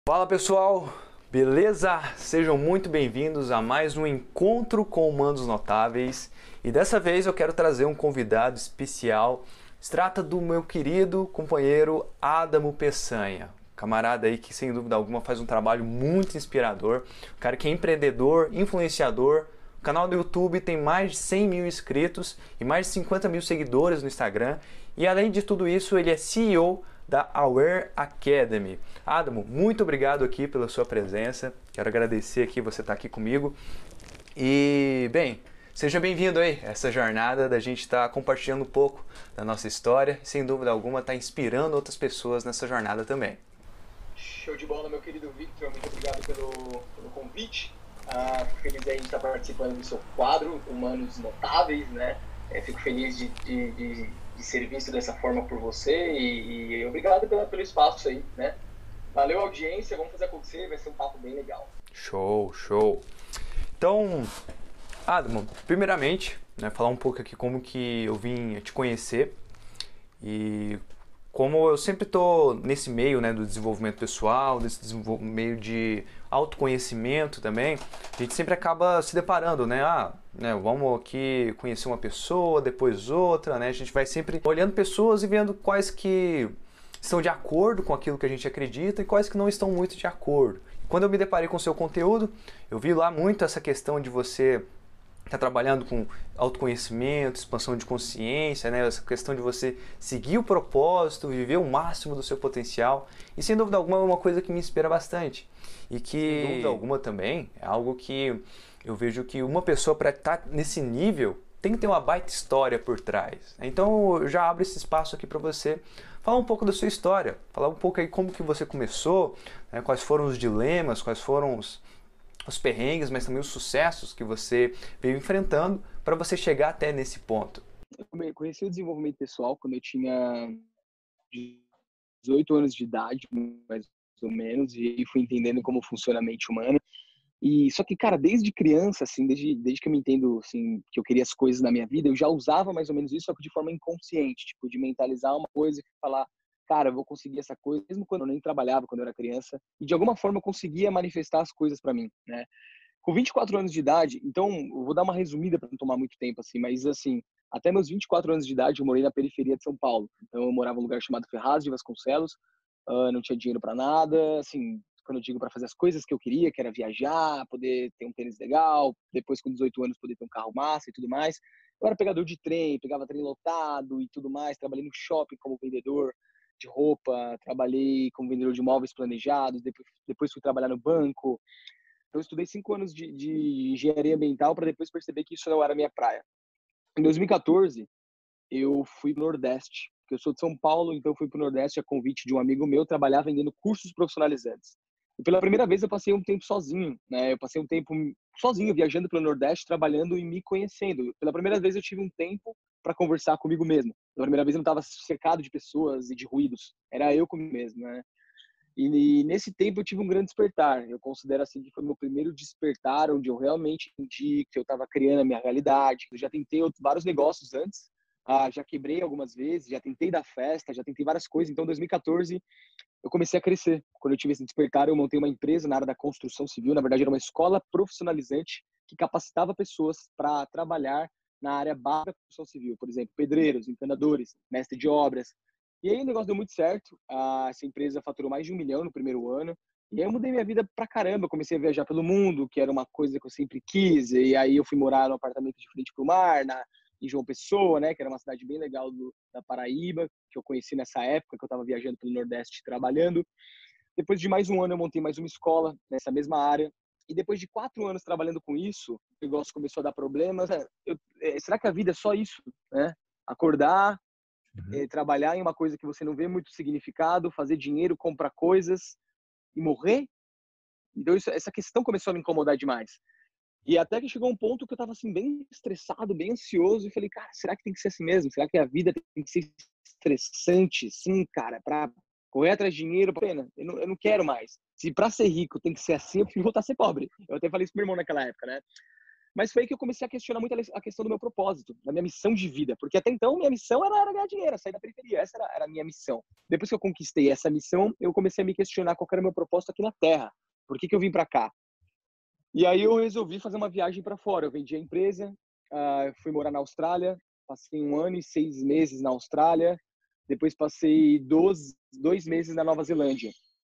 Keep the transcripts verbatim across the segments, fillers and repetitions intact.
Fala pessoal, beleza? Sejam muito bem-vindos a mais um Encontro com Humanos Notáveis e dessa vez eu quero trazer um convidado especial. Se trata do meu querido companheiro Adamo Peçanha, camarada aí que sem dúvida alguma faz um trabalho muito inspirador, um cara que é empreendedor, influenciador. O canal do YouTube tem mais de cem mil inscritos e mais de cinquenta mil seguidores no Instagram e além de tudo isso ele é C E O da Aware Academy. Adamo, muito obrigado aqui pela sua presença. Quero agradecer aqui você estar aqui comigo. E, bem, seja bem-vindo aí a essa jornada da gente estar compartilhando um pouco da nossa história e, sem dúvida alguma, estar inspirando outras pessoas nessa jornada também. Show de bola, meu querido Victor. Muito obrigado pelo, pelo convite. Ah, fico feliz de a gente estar participando do seu quadro, Humanos Notáveis, né? É, fico feliz de, de, de, de ser visto dessa forma por você e, e obrigado pela, pelo espaço aí, né? Valeu a audiência, vamos fazer acontecer, vai ser um papo bem legal. Show, show. Então, Adamo, primeiramente, né, falar um pouco aqui como que eu vim te conhecer e como eu sempre estou nesse meio, né, do desenvolvimento pessoal, desse meio de autoconhecimento também, a gente sempre acaba se deparando, né? Ah, né, vamos aqui conhecer uma pessoa, depois outra, né? A gente vai sempre olhando pessoas e vendo quais que estão de acordo com aquilo que a gente acredita e quais que não estão muito de acordo. Quando eu me deparei com o seu conteúdo, eu vi lá muito essa questão de você está trabalhando com autoconhecimento, expansão de consciência, né? Essa questão de você seguir o propósito, viver o máximo do seu potencial. E sem dúvida alguma é uma coisa que me inspira bastante. E que, sem dúvida alguma também, é algo que eu vejo que uma pessoa para estar nesse nível tem que ter uma baita história por trás. Então eu já abro esse espaço aqui para você falar um pouco da sua história, falar um pouco aí como que você começou, né? Quais foram os dilemas, quais foram os os perrengues, mas também os sucessos que você veio enfrentando para você chegar até nesse ponto. Eu conheci o desenvolvimento pessoal quando eu tinha dezoito anos de idade, mais ou menos, e fui entendendo como funciona a mente humana. E só que, cara, desde criança, assim, desde, desde que eu me entendo, assim, que eu queria as coisas na minha vida, eu já usava mais ou menos isso, só que de forma inconsciente, tipo, de mentalizar uma coisa e falar, cara, eu vou conseguir essa coisa, mesmo quando eu nem trabalhava, quando eu era criança, e de alguma forma eu conseguia manifestar as coisas para mim, né? Com vinte e quatro anos de idade, então, eu vou dar uma resumida para não tomar muito tempo, assim, mas, assim, até meus vinte e quatro anos de idade, eu morei na periferia de São Paulo. Então, eu morava num lugar chamado Ferraz de Vasconcelos, uh, não tinha dinheiro para nada, assim, quando eu digo para fazer as coisas que eu queria, que era viajar, poder ter um tênis legal, depois com dezoito anos poder ter um carro massa e tudo mais. Eu era pegador de trem, pegava trem lotado e tudo mais, trabalhei no shopping como vendedor de roupa, trabalhei como vendedor de móveis planejados, depois, depois fui trabalhar no banco. Eu estudei cinco anos de, de engenharia ambiental para depois perceber que isso não era minha praia. Em dois mil e quatorze, eu fui pro Nordeste, porque eu sou de São Paulo, então eu fui pro Nordeste a convite de um amigo meu trabalhar vendendo cursos profissionalizantes. E pela primeira vez eu passei um tempo sozinho, né? Eu passei um tempo sozinho, viajando pelo Nordeste, trabalhando e me conhecendo. Pela primeira vez eu tive um tempo para conversar comigo mesmo. Pela primeira vez eu não estava cercado de pessoas e de ruídos. Era eu comigo mesmo, né? E, e nesse tempo eu tive um grande despertar. Eu considero assim que foi meu primeiro despertar, onde eu realmente entendi que eu estava criando a minha realidade. Eu já tentei outros, vários negócios antes, ah, já quebrei algumas vezes, já tentei dar festa, já tentei várias coisas. Então, em dois mil e quatorze, eu comecei a crescer. Quando eu tive esse despertar, eu montei uma empresa na área da construção civil. Na verdade, era uma escola profissionalizante que capacitava pessoas para trabalhar na área básica da construção civil. Por exemplo, pedreiros, encanadores, mestre de obras. E aí o negócio deu muito certo. Ah, essa empresa faturou mais de um milhão no primeiro ano. E aí eu mudei minha vida pra caramba. Eu comecei a viajar pelo mundo, que era uma coisa que eu sempre quis. E aí eu fui morar num apartamento de frente pro mar, na, em João Pessoa, né, que era uma cidade bem legal do, da Paraíba, que eu conheci nessa época que eu estava viajando pelo Nordeste trabalhando. Depois de mais um ano, eu montei mais uma escola nessa mesma área. E depois de quatro anos trabalhando com isso, o negócio começou a dar problemas. É, eu, é, será que a vida é só isso, né? Acordar, Uhum. é, trabalhar em uma coisa que você não vê muito significado, fazer dinheiro, comprar coisas e morrer? Então isso, essa questão começou a me incomodar demais. E até que chegou um ponto que eu tava assim bem estressado, bem ansioso e falei, cara, será que tem que ser assim mesmo? Será que a vida tem que ser estressante, sim, cara, para correr atrás de dinheiro, pena? Eu não, eu não quero mais. Se para ser rico tem que ser assim, eu prefiro voltar a ser pobre. Eu até falei isso pro meu irmão naquela época, né? Mas foi aí que eu comecei a questionar muito a questão do meu propósito, da minha missão de vida. Porque até então, minha missão era, era ganhar dinheiro, sair da periferia. Essa era, era a minha missão. Depois que eu conquistei essa missão, eu comecei a me questionar qual era o meu propósito aqui na Terra. Por que que eu vim para cá? E aí eu resolvi fazer uma viagem para fora. Eu vendi a empresa, uh, fui morar na Austrália, passei um ano e seis meses na Austrália, depois passei dois, dois meses na Nova Zelândia.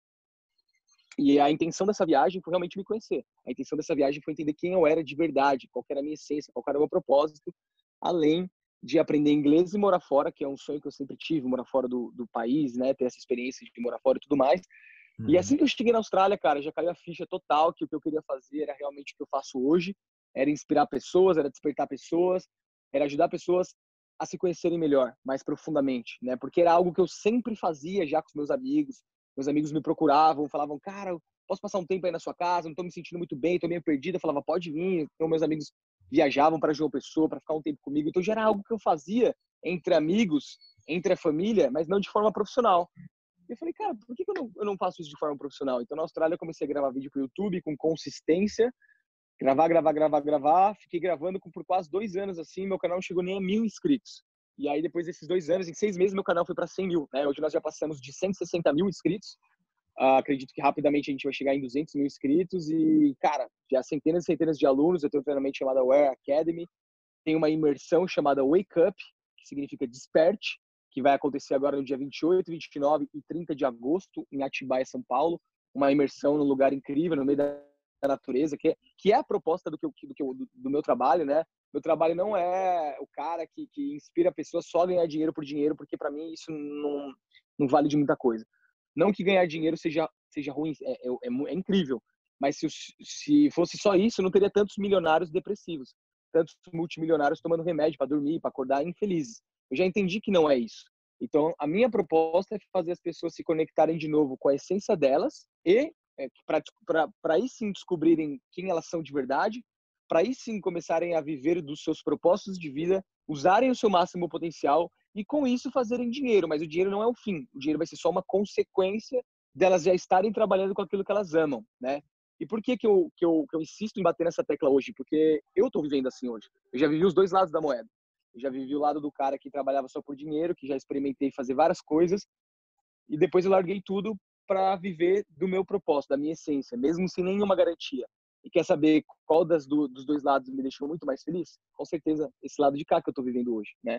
E a intenção dessa viagem foi realmente me conhecer. A intenção dessa viagem foi entender quem eu era de verdade, qual era a minha essência, qual era o meu propósito, além de aprender inglês e morar fora, que é um sonho que eu sempre tive, morar fora do, do país, né, ter essa experiência de morar fora e tudo mais. E assim que eu cheguei na Austrália, cara, já caiu a ficha total que o que eu queria fazer era realmente o que eu faço hoje, era inspirar pessoas, era despertar pessoas, era ajudar pessoas a se conhecerem melhor, mais profundamente, né? Porque era algo que eu sempre fazia já com os meus amigos. Meus amigos me procuravam, falavam, cara, posso passar um tempo aí na sua casa? Não tô me sentindo muito bem, tô meio perdida. Eu falava, pode vir. Então meus amigos viajavam para João Pessoa para ficar um tempo comigo. Então já era algo que eu fazia entre amigos, entre a família, mas não de forma profissional. Eu falei, cara, por que eu não, eu não faço isso de forma profissional? Então, na Austrália, eu comecei a gravar vídeo pro YouTube com consistência. Gravar, gravar, gravar, gravar. Fiquei gravando por quase dois anos, assim. Meu canal não chegou nem a mil inscritos. E aí, depois desses dois anos, em seis meses, meu canal foi para cem mil. Né? Hoje nós já passamos de cento e sessenta mil inscritos. Uh, acredito que rapidamente a gente vai chegar em duzentos mil inscritos. E, cara, já centenas e centenas de alunos. Eu tenho um treinamento chamado Aware Academy. Tem uma imersão chamada Wake Up, que significa desperte, que vai acontecer agora no dia vinte e oito, vinte e nove e trinta de agosto, em Atibaia, São Paulo. Uma imersão num lugar incrível, no meio da natureza, que é, que é a proposta do, que eu, do, que eu, do, do meu trabalho, né? Meu trabalho não é o cara que, que inspira a pessoa só a ganhar dinheiro por dinheiro, porque para mim isso não, não vale de muita coisa. Não que ganhar dinheiro seja, seja ruim, é, é, é incrível, mas se, se fosse só isso, não teria tantos milionários depressivos, tantos multimilionários tomando remédio para dormir, para acordar infelizes. Eu já entendi que não é isso. Então, a minha proposta é fazer as pessoas se conectarem de novo com a essência delas e é, para aí sim descobrirem quem elas são de verdade, para aí sim começarem a viver dos seus propósitos de vida, usarem o seu máximo potencial e com isso fazerem dinheiro. Mas o dinheiro não é o fim. O dinheiro vai ser só uma consequência delas já estarem trabalhando com aquilo que elas amam, né? E por que que eu, que eu, que eu insisto em bater nessa tecla hoje? Porque eu estou vivendo assim hoje. Eu já vivi os dois lados da moeda. Eu já vivi o lado do cara que trabalhava só por dinheiro, que já experimentei fazer várias coisas, e depois eu larguei tudo para viver do meu propósito, da minha essência, mesmo sem nenhuma garantia. E quer saber qual das do, dos dois lados me deixou muito mais feliz? Com certeza, esse lado de cá que eu estou vivendo hoje, né?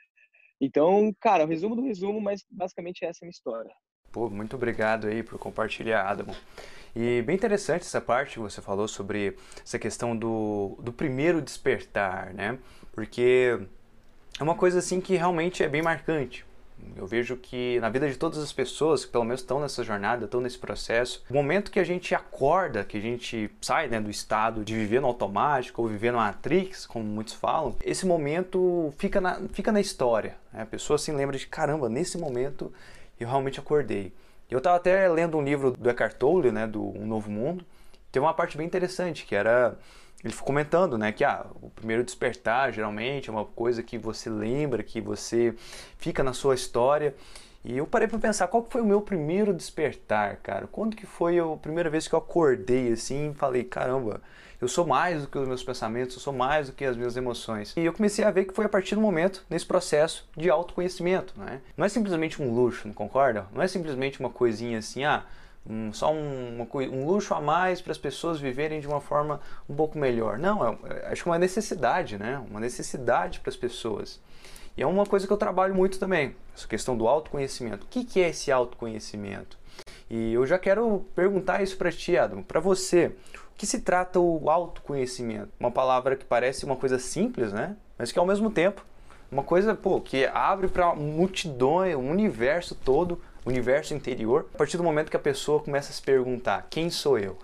Então, cara, o resumo do resumo, mas basicamente essa é a minha história. Pô, muito obrigado aí por compartilhar, Adamo. E bem interessante essa parte que você falou sobre essa questão do, do primeiro despertar, né? Porque é uma coisa assim que realmente é bem marcante. Eu vejo que na vida de todas as pessoas que pelo menos estão nessa jornada, estão nesse processo, o momento que a gente acorda, que a gente sai, né, do estado de viver no automático ou viver no Matrix, como muitos falam, esse momento fica na, fica na história, né? A pessoa se lembra de, caramba, nesse momento eu realmente acordei. Eu estava até lendo um livro do Eckhart Tolle, né, do Um Novo Mundo. Teve uma parte bem interessante, que era ele ficou comentando, né, que ah, o primeiro despertar geralmente é uma coisa que você lembra, que você fica na sua história. E eu parei para pensar, qual foi o meu primeiro despertar, cara? Quando que foi a primeira vez que eu acordei assim e falei, caramba, eu sou mais do que os meus pensamentos, eu sou mais do que as minhas emoções. E eu comecei a ver que foi a partir do momento, nesse processo de autoconhecimento, né? Não é simplesmente um luxo, não concorda? Não é simplesmente uma coisinha assim, ah, um, só um, uma, um luxo a mais para as pessoas viverem de uma forma um pouco melhor. Não, é, é, acho que é uma necessidade, né? Uma necessidade para as pessoas. E é uma coisa que eu trabalho muito também, essa questão do autoconhecimento. O que, que é esse autoconhecimento? E eu já quero perguntar isso para ti, Adam, para você. O que se trata o autoconhecimento? Uma palavra que parece uma coisa simples, né? Mas que ao mesmo tempo, uma coisa, pô, que abre para multidões, o universo todo, o universo interior, a partir do momento que a pessoa começa a se perguntar, quem sou eu?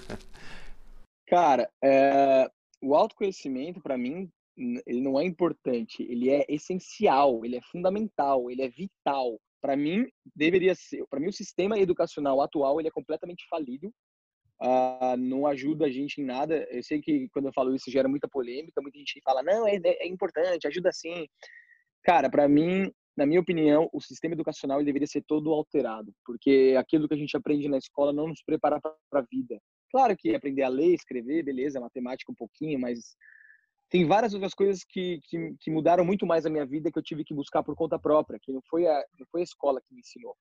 Cara, é... o autoconhecimento, para mim, ele não é importante, ele é essencial, ele é fundamental, ele é vital. Para mim, deveria ser. Para mim, o sistema educacional atual ele é completamente falido. Uh, não ajuda a gente em nada. Eu sei que quando eu falo isso gera muita polêmica, muita gente fala, não, é, é importante, ajuda sim. Cara, para mim, na minha opinião, o sistema educacional ele deveria ser todo alterado, porque aquilo que a gente aprende na escola não nos prepara para a vida. Claro que aprender a ler, escrever, beleza, matemática um pouquinho, mas tem várias outras coisas que, que, que mudaram muito mais a minha vida que eu tive que buscar por conta própria, que não foi a, não foi a escola que me ensinou.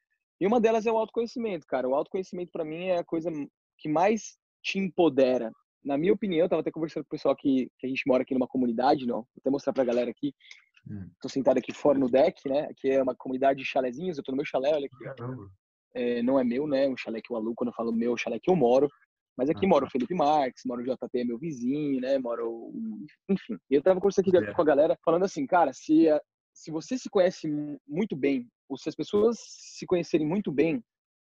E uma delas é o autoconhecimento, cara. O autoconhecimento para mim é a coisa que mais te empodera. Na minha opinião, eu tava até conversando com o pessoal que, que a gente mora aqui numa comunidade, não, vou até mostrar pra galera aqui. Hum. Tô sentado aqui fora no deck, né? Aqui é uma comunidade de chalezinhos, eu tô no meu chalé, olha aqui. Caramba. É, não é meu, né? Um chalé que eu alugo, quando eu falo meu, o chalé que eu moro. Mas aqui Ah, mora tá. o Felipe Marques, mora o J P, é meu vizinho, né? Mora o... Enfim, e eu tava conversando aqui É. com a galera, falando assim, cara, se, a- se você se conhece mu- muito bem, ou se as pessoas se conhecerem muito bem,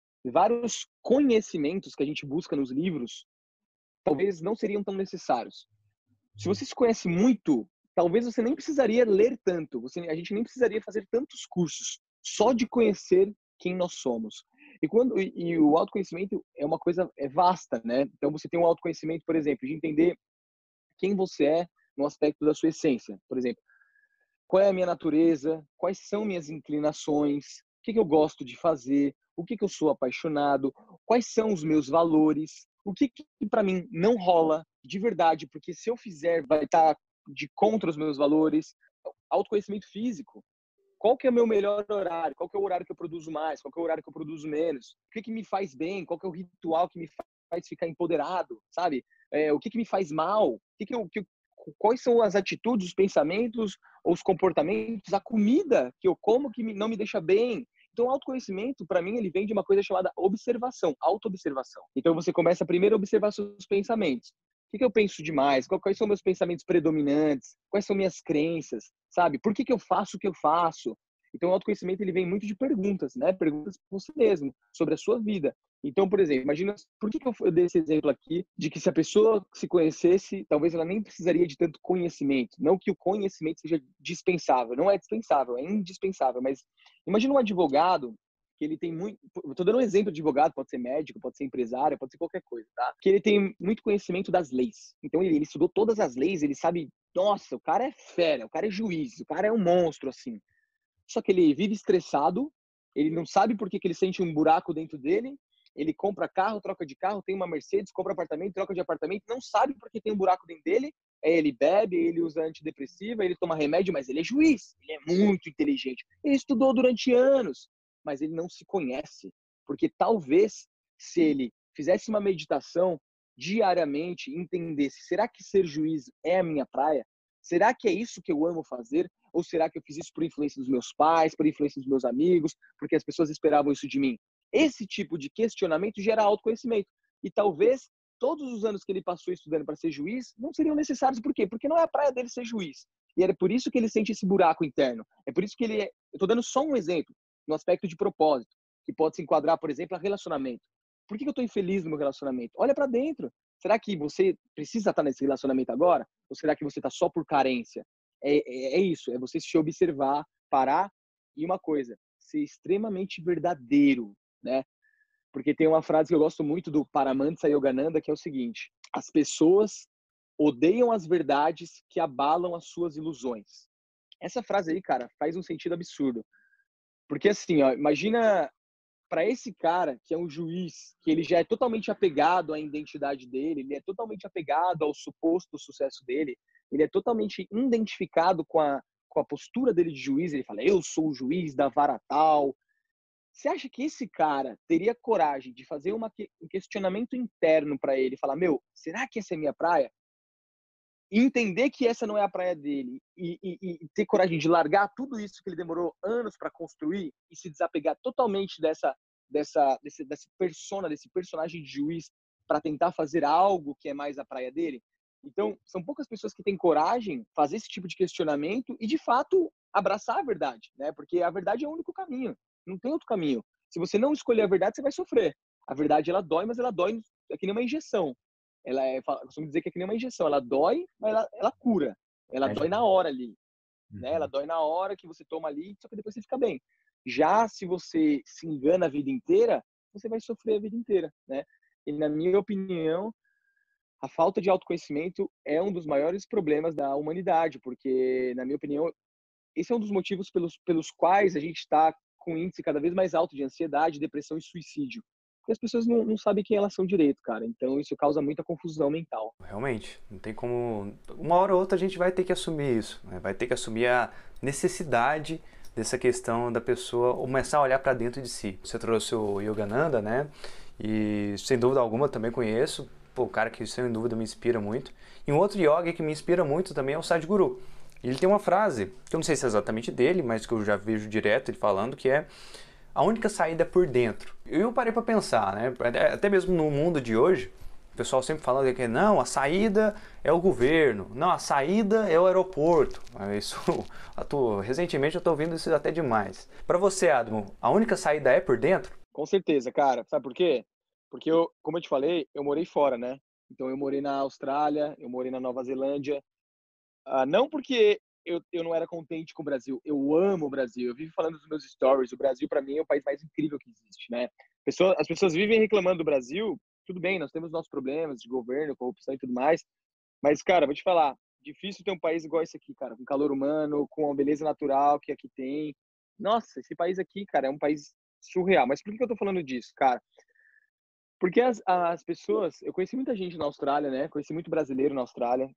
vários conhecimentos que a gente busca nos livros talvez não seriam tão necessários. Se você se conhece muito, talvez você nem precisaria ler tanto, você, a gente nem precisaria fazer tantos cursos, só de conhecer quem nós somos. E, quando, e, e o autoconhecimento é uma coisa é vasta, né? Então você tem um autoconhecimento, por exemplo, de entender quem você é no aspecto da sua essência. Por exemplo, qual é a minha natureza, quais são minhas inclinações, o que, que eu gosto de fazer, o que, que eu sou apaixonado, quais são os meus valores, o que, que para mim não rola de verdade, porque se eu fizer vai estar de contra os meus valores. Autoconhecimento físico. Qual que é o meu melhor horário? Qual que é o horário que eu produzo mais? Qual que é o horário que eu produzo menos? O que, que me faz bem? Qual que é o ritual que me faz ficar empoderado? Sabe? É, o que, que me faz mal? O que que eu, que, quais são as atitudes, os pensamentos, ou os comportamentos, a comida que eu como que me, não me deixa bem? Então, o autoconhecimento, para mim, ele vem de uma coisa chamada observação, auto-observação. Então, você começa primeiro a observar seus pensamentos. O que, que eu penso demais? Quais são meus pensamentos predominantes? Quais são minhas crenças? Sabe? Por que, que eu faço o que eu faço? Então, o autoconhecimento ele vem muito de perguntas, né? Perguntas para você mesmo, sobre a sua vida. Então, por exemplo, imagina, por que, que eu dei esse exemplo aqui de que se a pessoa se conhecesse, talvez ela nem precisaria de tanto conhecimento. Não que o conhecimento seja dispensável, não é dispensável, é indispensável. Mas imagina um advogado que ele tem muito... Estou dando um exemplo de advogado, pode ser médico, pode ser empresário, pode ser qualquer coisa, tá? Que ele tem muito conhecimento das leis. Então, ele, ele estudou todas as leis, ele sabe... Nossa, o cara é fera, o cara é juiz, o cara é um monstro, assim. Só que ele vive estressado, ele não sabe por que, que ele sente um buraco dentro dele, ele compra carro, troca de carro, tem uma Mercedes, compra apartamento, troca de apartamento, não sabe por que tem um buraco dentro dele, aí ele bebe, ele usa antidepressiva, ele toma remédio, mas ele é juiz, ele é muito inteligente. Ele estudou durante anos, mas ele não se conhece, porque talvez se ele fizesse uma meditação diariamente, entendesse, será que ser juiz é a minha praia? Será que é isso que eu amo fazer? Ou será que eu fiz isso por influência dos meus pais, por influência dos meus amigos, porque as pessoas esperavam isso de mim? Esse tipo de questionamento gera autoconhecimento. E talvez todos os anos que ele passou estudando para ser juiz não seriam necessários. Por quê? Porque não é a praia dele ser juiz. E era por isso que ele sente esse buraco interno. É por isso que ele é... Eu estou dando só um exemplo, no aspecto de propósito, que pode se enquadrar, por exemplo, a relacionamento. Por que eu estou infeliz no meu relacionamento? Olha para dentro. Será que você precisa estar nesse relacionamento agora? Ou será que você está só por carência? É, é, é isso, é você se observar, parar. E uma coisa, ser extremamente verdadeiro, né? Porque tem uma frase que eu gosto muito do Paramahansa Yogananda, que é o seguinte: as pessoas odeiam as verdades que abalam as suas ilusões. Essa frase aí, cara, faz um sentido absurdo. Porque assim, ó, imagina para esse cara que é um juiz, que ele já é totalmente apegado à identidade dele, ele é totalmente apegado ao suposto sucesso dele, ele é totalmente identificado com a, com a postura dele de juiz, ele fala, eu sou o juiz da vara tal. Você acha que esse cara teria coragem de fazer uma, um questionamento interno para ele, falar, meu, será que essa é minha praia? E entender que essa não é a praia dele e, e, e ter coragem de largar tudo isso que ele demorou anos para construir e se desapegar totalmente dessa dessa desse, desse persona, desse personagem de juiz para tentar fazer algo que é mais a praia dele. Então, são poucas pessoas que têm coragem de fazer esse tipo de questionamento e de fato abraçar a verdade, né? Porque a verdade é o único caminho, não tem outro caminho. Se você não escolher a verdade, você vai sofrer. A verdade ela dói, mas ela dói é que nem uma injeção. Ela é, eu costumo dizer que é que nem uma injeção, ela dói, mas ela, ela cura. Ela É. dói na hora ali, né? Uhum. Ela dói na hora que você toma ali, só que depois você fica bem. Já se você se engana a vida inteira, você vai sofrer a vida inteira, né? E na minha opinião, a falta de autoconhecimento é um dos maiores problemas da humanidade, porque na minha opinião, esse é um dos motivos pelos pelos quais a gente está com um índice cada vez mais alto de ansiedade, depressão e suicídio. Porque as pessoas não, não sabem quem elas são direito, cara. Então isso causa muita confusão mental. Realmente, não tem como. Uma hora ou outra a gente vai ter que assumir isso, né? Vai ter que assumir a necessidade dessa questão da pessoa começar a olhar para dentro de si. Você trouxe o Yogananda, né? E sem dúvida alguma também conheço. Pô, o cara que sem dúvida me inspira muito. E um outro yoga que me inspira muito também é o Sadhguru. Ele tem uma frase, que eu não sei se é exatamente dele, mas que eu já vejo direto ele falando, que é: a única saída é por dentro. Eu parei para pensar, né? Até mesmo no mundo de hoje, o pessoal sempre fala que não, a saída é o governo, não, a saída é o aeroporto. Isso, tô, recentemente eu estou ouvindo isso até demais. Para você, Adamo, a única saída é por dentro? Com certeza, cara. Sabe por quê? Porque eu, como eu te falei, eu morei fora, né? Então eu morei na Austrália, eu morei na Nova Zelândia. Ah, não porque eu, eu não era contente com o Brasil, eu amo o Brasil. Eu vivo falando nos meus stories, o Brasil para mim é o país mais incrível que existe, né? Pessoa, as pessoas vivem reclamando do Brasil, tudo bem, nós temos nossos problemas de governo, corrupção e tudo mais, mas, cara, vou te falar, difícil ter um país igual esse aqui, cara, com calor humano, com a beleza natural que aqui tem. Nossa, esse país aqui, cara, é um país surreal. Mas por que eu tô falando disso, cara? Porque as, as pessoas, eu conheci muita gente na Austrália, né? Conheci muito brasileiro na Austrália.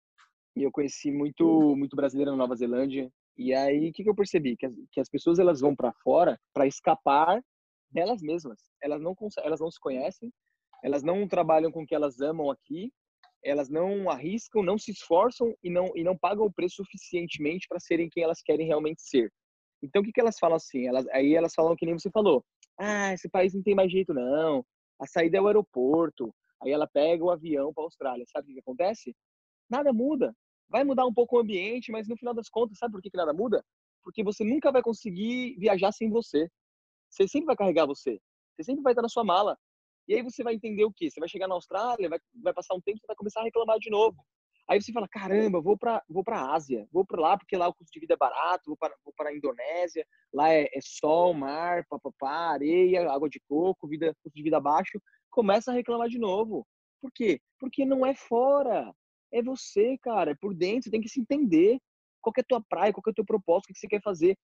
E eu conheci muito muito brasileiro na Nova Zelândia. E aí, o que, que eu percebi? Que as, que as pessoas elas vão para fora para escapar delas mesmas. Elas não elas não se conhecem, elas não trabalham com o que elas amam aqui, elas não arriscam, não se esforçam e não e não pagam o preço suficientemente para serem quem elas querem realmente ser. Então, o que, que elas falam assim? Elas, aí elas falam que nem você falou. Ah, esse país não tem mais jeito, não. A saída é o aeroporto. Aí ela pega o avião para a Austrália. Sabe o que, que acontece? Nada muda. Vai mudar um pouco o ambiente, mas no final das contas, sabe por que, que nada muda? Porque você nunca vai conseguir viajar sem você. Você sempre vai carregar você. Você sempre vai estar na sua mala. E aí você vai entender o quê? Você vai chegar na Austrália, vai, vai passar um tempo, você vai começar a reclamar de novo. Aí você fala, caramba, vou para vou para Ásia, vou para lá porque lá o custo de vida é barato, vou para vou para a Indonésia, lá é, é sol, mar, papapá, areia, água de coco, vida, custo de vida baixo. Começa a reclamar de novo. Por quê? Porque não é fora. É você, cara, é por dentro, você tem que se entender. Qual que é a tua praia, qual que é o teu propósito, o que você quer fazer.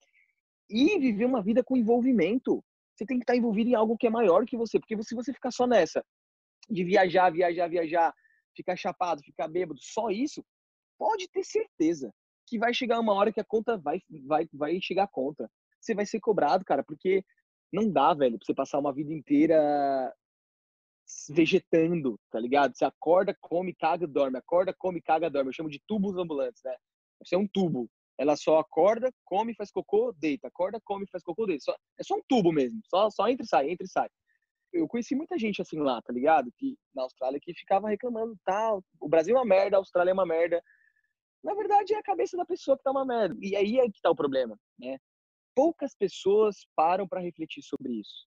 E viver uma vida com envolvimento. Você tem que estar envolvido em algo que é maior que você. Porque se você ficar só nessa, de viajar, viajar, viajar, ficar chapado, ficar bêbado, só isso, pode ter certeza que vai chegar uma hora que a conta vai, vai, vai chegar a conta. Você vai ser cobrado, cara, porque não dá, velho, pra você passar uma vida inteira vegetando, tá ligado? Você acorda, come, caga, dorme. Acorda, come, caga, dorme. Eu chamo de tubos ambulantes, né? Você é um tubo. Ela só acorda, come, faz cocô, deita. Acorda, come, faz cocô, deita. Só, é só um tubo mesmo. Só, só entra e sai, entra e sai. Eu conheci muita gente assim lá, tá ligado? Que, na Austrália, que ficava reclamando, tal. O Brasil é uma merda, a Austrália é uma merda. Na verdade, é a cabeça da pessoa que tá uma merda. E aí é que tá o problema, né? Poucas pessoas param para refletir sobre isso.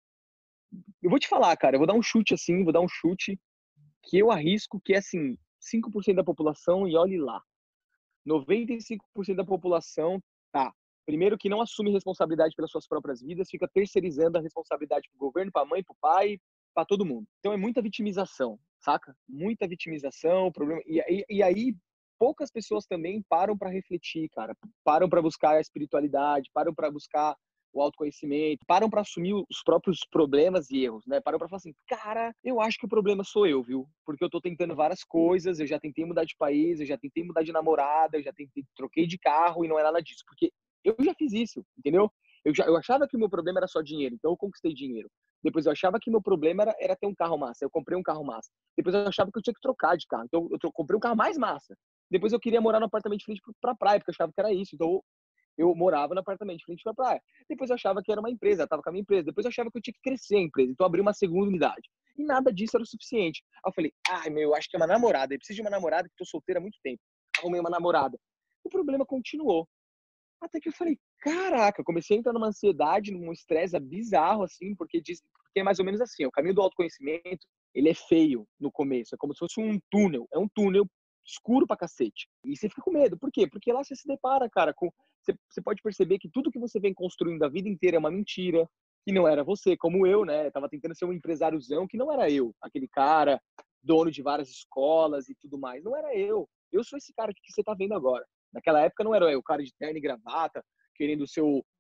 Eu vou te falar, cara, eu vou dar um chute assim, vou dar um chute que eu arrisco que é assim, cinco por cento da população e olhe lá. noventa e cinco por cento da população tá. Primeiro que não assume responsabilidade pelas suas próprias vidas, fica terceirizando a responsabilidade pro governo, pra mãe, pro pai, pra todo mundo. Então é muita vitimização, saca? Muita vitimização, problema. E, e, e aí poucas pessoas também param para refletir, cara. Param para buscar a espiritualidade, param para buscar o autoconhecimento, param para assumir os próprios problemas e erros, né? Param para falar assim, cara, eu acho que o problema sou eu, viu? Porque eu tô tentando várias coisas, eu já tentei mudar de país, eu já tentei mudar de namorada, eu já tentei, troquei de carro e não é nada disso, porque eu já fiz isso, entendeu? Eu, já, eu achava que o meu problema era só dinheiro, então eu conquistei dinheiro. Depois eu achava que meu problema era, era ter um carro massa, eu comprei um carro massa. Depois eu achava que eu tinha que trocar de carro, então eu, eu comprei um carro mais massa. Depois eu queria morar no apartamento de frente pra praia, porque eu achava que era isso, então eu morava no apartamento de frente pra praia. Depois eu achava que era uma empresa, eu tava com a minha empresa. Depois eu achava que eu tinha que crescer a empresa, então eu abri uma segunda unidade. E nada disso era o suficiente. Aí eu falei, ai meu, eu acho que é uma namorada, eu preciso de uma namorada, que tô solteira há muito tempo. Arrumei uma namorada. O problema continuou. Até que eu falei, caraca, eu comecei a entrar numa ansiedade, num estresse bizarro, assim, porque, diz, porque é mais ou menos assim, o caminho do autoconhecimento, ele é feio no começo, é como se fosse um túnel, é um túnel escuro pra cacete. E você fica com medo, por quê? Porque lá você se depara, cara, com... Você, você pode perceber que tudo que você vem construindo a vida inteira é uma mentira, que não era você, como eu, né? Eu tava tentando ser um empresáriozão que não era eu, aquele cara, dono de várias escolas e tudo mais, não era eu. Eu sou esse cara que você tá vendo agora. Naquela época não era eu, o cara de terno e gravata, querendo ser o,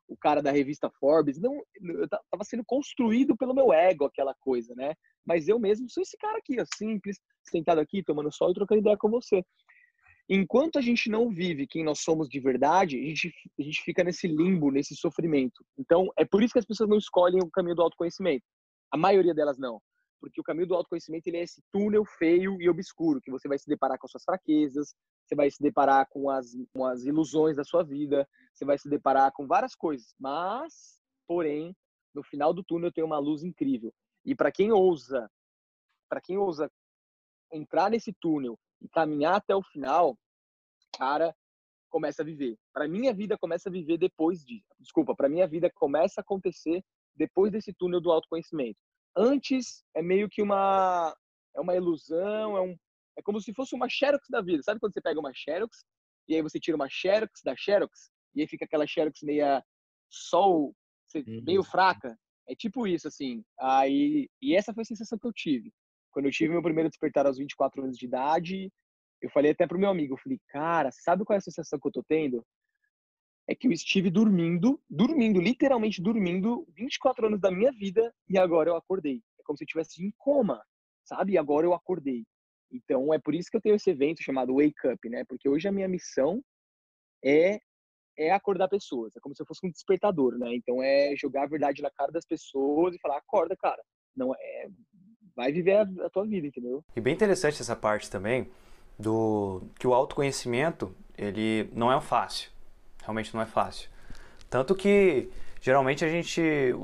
o cara da revista Forbes. Não, eu tava sendo construído pelo meu ego aquela coisa, né? Mas eu mesmo sou esse cara aqui, ó, simples, sentado aqui, tomando sol e trocando ideia com você. Enquanto a gente não vive quem nós somos de verdade, a gente, a gente fica nesse limbo, nesse sofrimento. Então, é por isso que as pessoas não escolhem o caminho do autoconhecimento. A maioria delas não. Porque o caminho do autoconhecimento, ele é esse túnel feio e obscuro, que você vai se deparar com as suas fraquezas, você vai se deparar com as, com as ilusões da sua vida, você vai se deparar com várias coisas. Mas, porém, no final do túnel tem uma luz incrível. E para quem ousa, para quem ousa entrar nesse túnel e caminhar até o final, cara, começa a viver. Para minha vida começa a viver depois disso. Desculpa, para minha vida começa a acontecer depois desse túnel do autoconhecimento. Antes é meio que uma é uma ilusão, é um é como se fosse uma xerox da vida. Sabe quando você pega uma xerox e aí você tira uma xerox da xerox e aí fica aquela xerox meia sol, meio Uhum. fraca? É tipo isso assim. Aí e essa foi a sensação que eu tive. Quando eu tive meu primeiro despertar aos vinte e quatro anos de idade, eu falei até pro meu amigo, eu falei, cara, sabe qual é a sensação que eu tô tendo? É que eu estive dormindo, dormindo, literalmente dormindo, vinte e quatro anos da minha vida e agora eu acordei. É como se eu estivesse em coma, sabe? E agora eu acordei. Então é por isso que eu tenho esse evento chamado Wake Up, né? Porque hoje a minha missão é é acordar pessoas. É como se eu fosse um despertador, né? Então é jogar a verdade na cara das pessoas e falar, acorda, cara. Não é, vai viver a, a tua vida, entendeu? E bem interessante essa parte também do que o autoconhecimento, ele não é fácil. Realmente não é fácil. Tanto que geralmente a gente,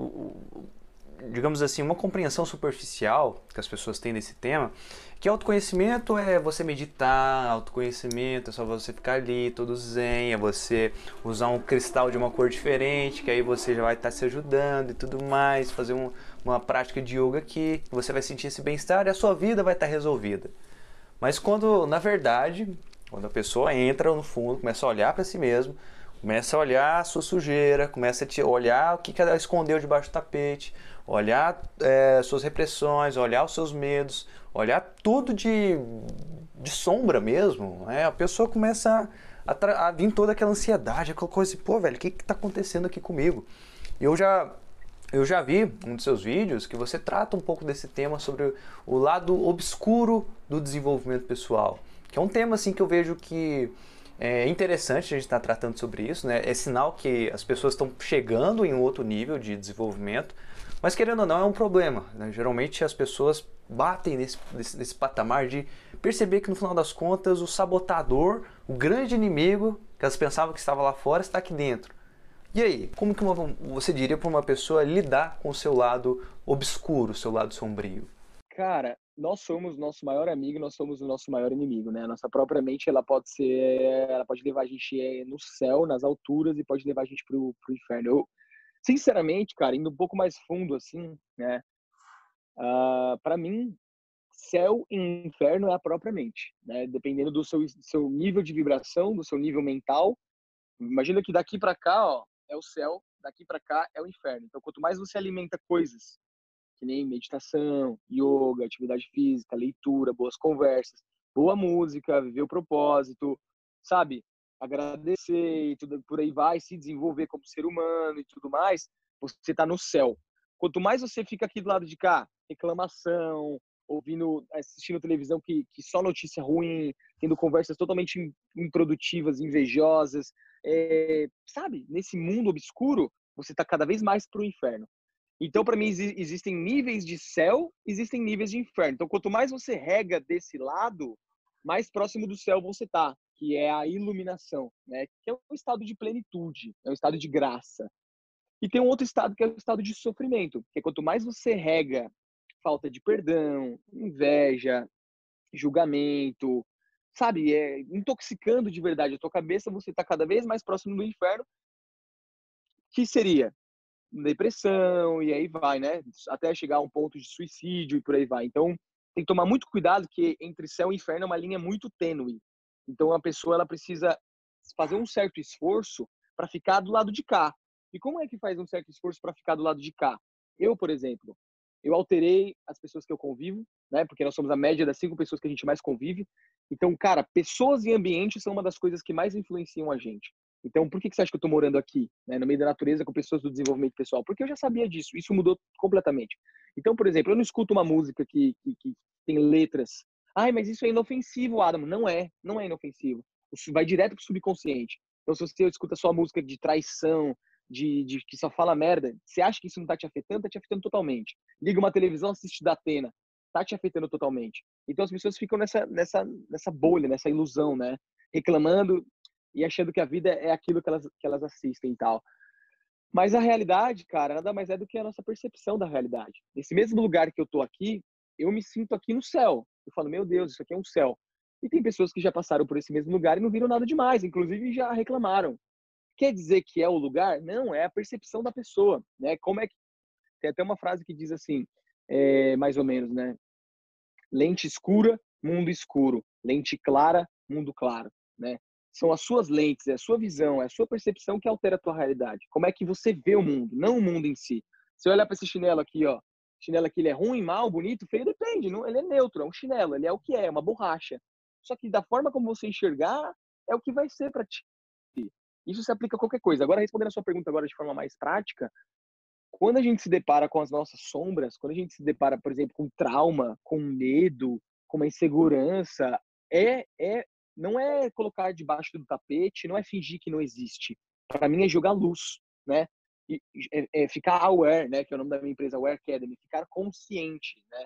digamos assim, uma compreensão superficial que as pessoas têm desse tema, que autoconhecimento é você meditar, autoconhecimento é só você ficar ali todo zen, é você usar um cristal de uma cor diferente, que aí você já vai estar se ajudando e tudo mais, fazer um, uma prática de yoga aqui, você vai sentir esse bem-estar e a sua vida vai estar resolvida. Mas quando, na verdade, quando a pessoa entra no fundo, começa a olhar para si mesmo, começa a olhar a sua sujeira, começa a te olhar o que ela escondeu debaixo do tapete, olhar é, suas repressões, olhar os seus medos, olhar tudo de, de sombra mesmo, né? A pessoa começa a, a, a vir toda aquela ansiedade, aquela coisa assim, pô, velho, o que está acontecendo aqui comigo? E eu já eu já vi um dos seus vídeos que você trata um pouco desse tema sobre o lado obscuro do desenvolvimento pessoal, que é um tema assim que eu vejo que é interessante a gente estar tratando sobre isso, né? É sinal que as pessoas estão chegando em um outro nível de desenvolvimento, mas querendo ou não é um problema, né? Geralmente as pessoas batem nesse, nesse, nesse patamar de perceber que no final das contas o sabotador, o grande inimigo que elas pensavam que estava lá fora, está aqui dentro. E aí, como que uma, você diria para uma pessoa lidar com o seu lado obscuro, o seu lado sombrio? Cara, nós somos nosso maior amigo, nós somos o nosso maior inimigo, né? A nossa própria mente, ela pode ser, ela pode levar a gente eh, no céu, nas alturas e pode levar a gente pro, pro inferno. Eu, sinceramente, cara, indo um pouco mais fundo assim, né? Uh, para mim, céu e inferno é a própria mente, né? Dependendo do seu, seu nível de vibração, do seu nível mental. Imagina que daqui para cá, ó, é o céu, daqui para cá é o inferno. Então, quanto mais você alimenta coisas que nem meditação, yoga, atividade física, leitura, boas conversas, boa música, viver o propósito, sabe? Agradecer e tudo por aí vai, se desenvolver como ser humano e tudo mais, você tá no céu. Quanto mais você fica aqui do lado de cá, reclamação, ouvindo, assistindo televisão que, que só notícia ruim, tendo conversas totalmente improdutivas, invejosas, é, sabe? Nesse mundo obscuro, você tá cada vez mais pro inferno. Então, para mim, existem níveis de céu, existem níveis de inferno. Então, quanto mais você rega desse lado, mais próximo do céu você tá, que é a iluminação, né? Que é um estado de plenitude, é um estado de graça. E tem um outro estado que é o estado de sofrimento, que é quanto mais você rega falta de perdão, inveja, julgamento, sabe? É intoxicando de verdade a tua cabeça, você tá cada vez mais próximo do inferno, que seria depressão, e aí vai, né? Até chegar a um ponto de suicídio e por aí vai. Então, tem que tomar muito cuidado, que entre céu e inferno é uma linha muito tênue. Então, a pessoa ela precisa fazer um certo esforço para ficar do lado de cá. E como é que faz um certo esforço para ficar do lado de cá? Eu, por exemplo, eu alterei as pessoas que eu convivo, né? Porque nós somos a média das cinco pessoas que a gente mais convive. Então, cara, pessoas e ambientes são uma das coisas que mais influenciam a gente. Então, por que que você acha que eu tô morando aqui, né, no meio da natureza com pessoas do desenvolvimento pessoal? Porque eu já sabia disso, isso mudou completamente. Então, por exemplo, eu não escuto uma música que, que, que tem letras. Ai, mas isso é inofensivo, Adam. Não é, não é inofensivo. Isso vai direto pro subconsciente. Então, se você escuta só música de traição, de, de que só fala merda, você acha que isso não tá te afetando? Tá te afetando totalmente. Liga uma televisão, assiste da Atena, tá te afetando totalmente. Então, as pessoas ficam nessa, nessa, nessa bolha, nessa ilusão, né? Reclamando e achando que a vida é aquilo que elas, que elas assistem e tal. Mas a realidade, cara, nada mais é do que a nossa percepção da realidade. Nesse mesmo lugar que eu tô aqui, eu me sinto aqui no céu. Eu falo, meu Deus, isso aqui é um céu. E tem pessoas que já passaram por esse mesmo lugar e não viram nada demais, inclusive já reclamaram. Quer dizer que é o lugar? Não, é a percepção da pessoa, né? Como é que... Tem até uma frase que diz assim, é, mais ou menos, né? Lente escura, mundo escuro. Lente clara, mundo claro, né? São as suas lentes, é a sua visão, é a sua percepção que altera a tua realidade. Como é que você vê o mundo, não o mundo em si. Se eu olhar para esse chinelo aqui, ó, chinelo aqui, ele é ruim, mal, bonito, feio, depende, não, ele é neutro, é um chinelo, ele é o que é, é uma borracha. Só que da forma como você enxergar, é o que vai ser para ti. Isso se aplica a qualquer coisa. Agora, respondendo a sua pergunta agora de forma mais prática, quando a gente se depara com as nossas sombras, quando a gente se depara, por exemplo, com trauma, com medo, com uma insegurança, é, é, não é colocar debaixo do tapete, não é fingir que não existe. Para mim é jogar luz, né? E, é, é ficar aware, né? Que é o nome da minha empresa, Aware Academy, ficar consciente, né?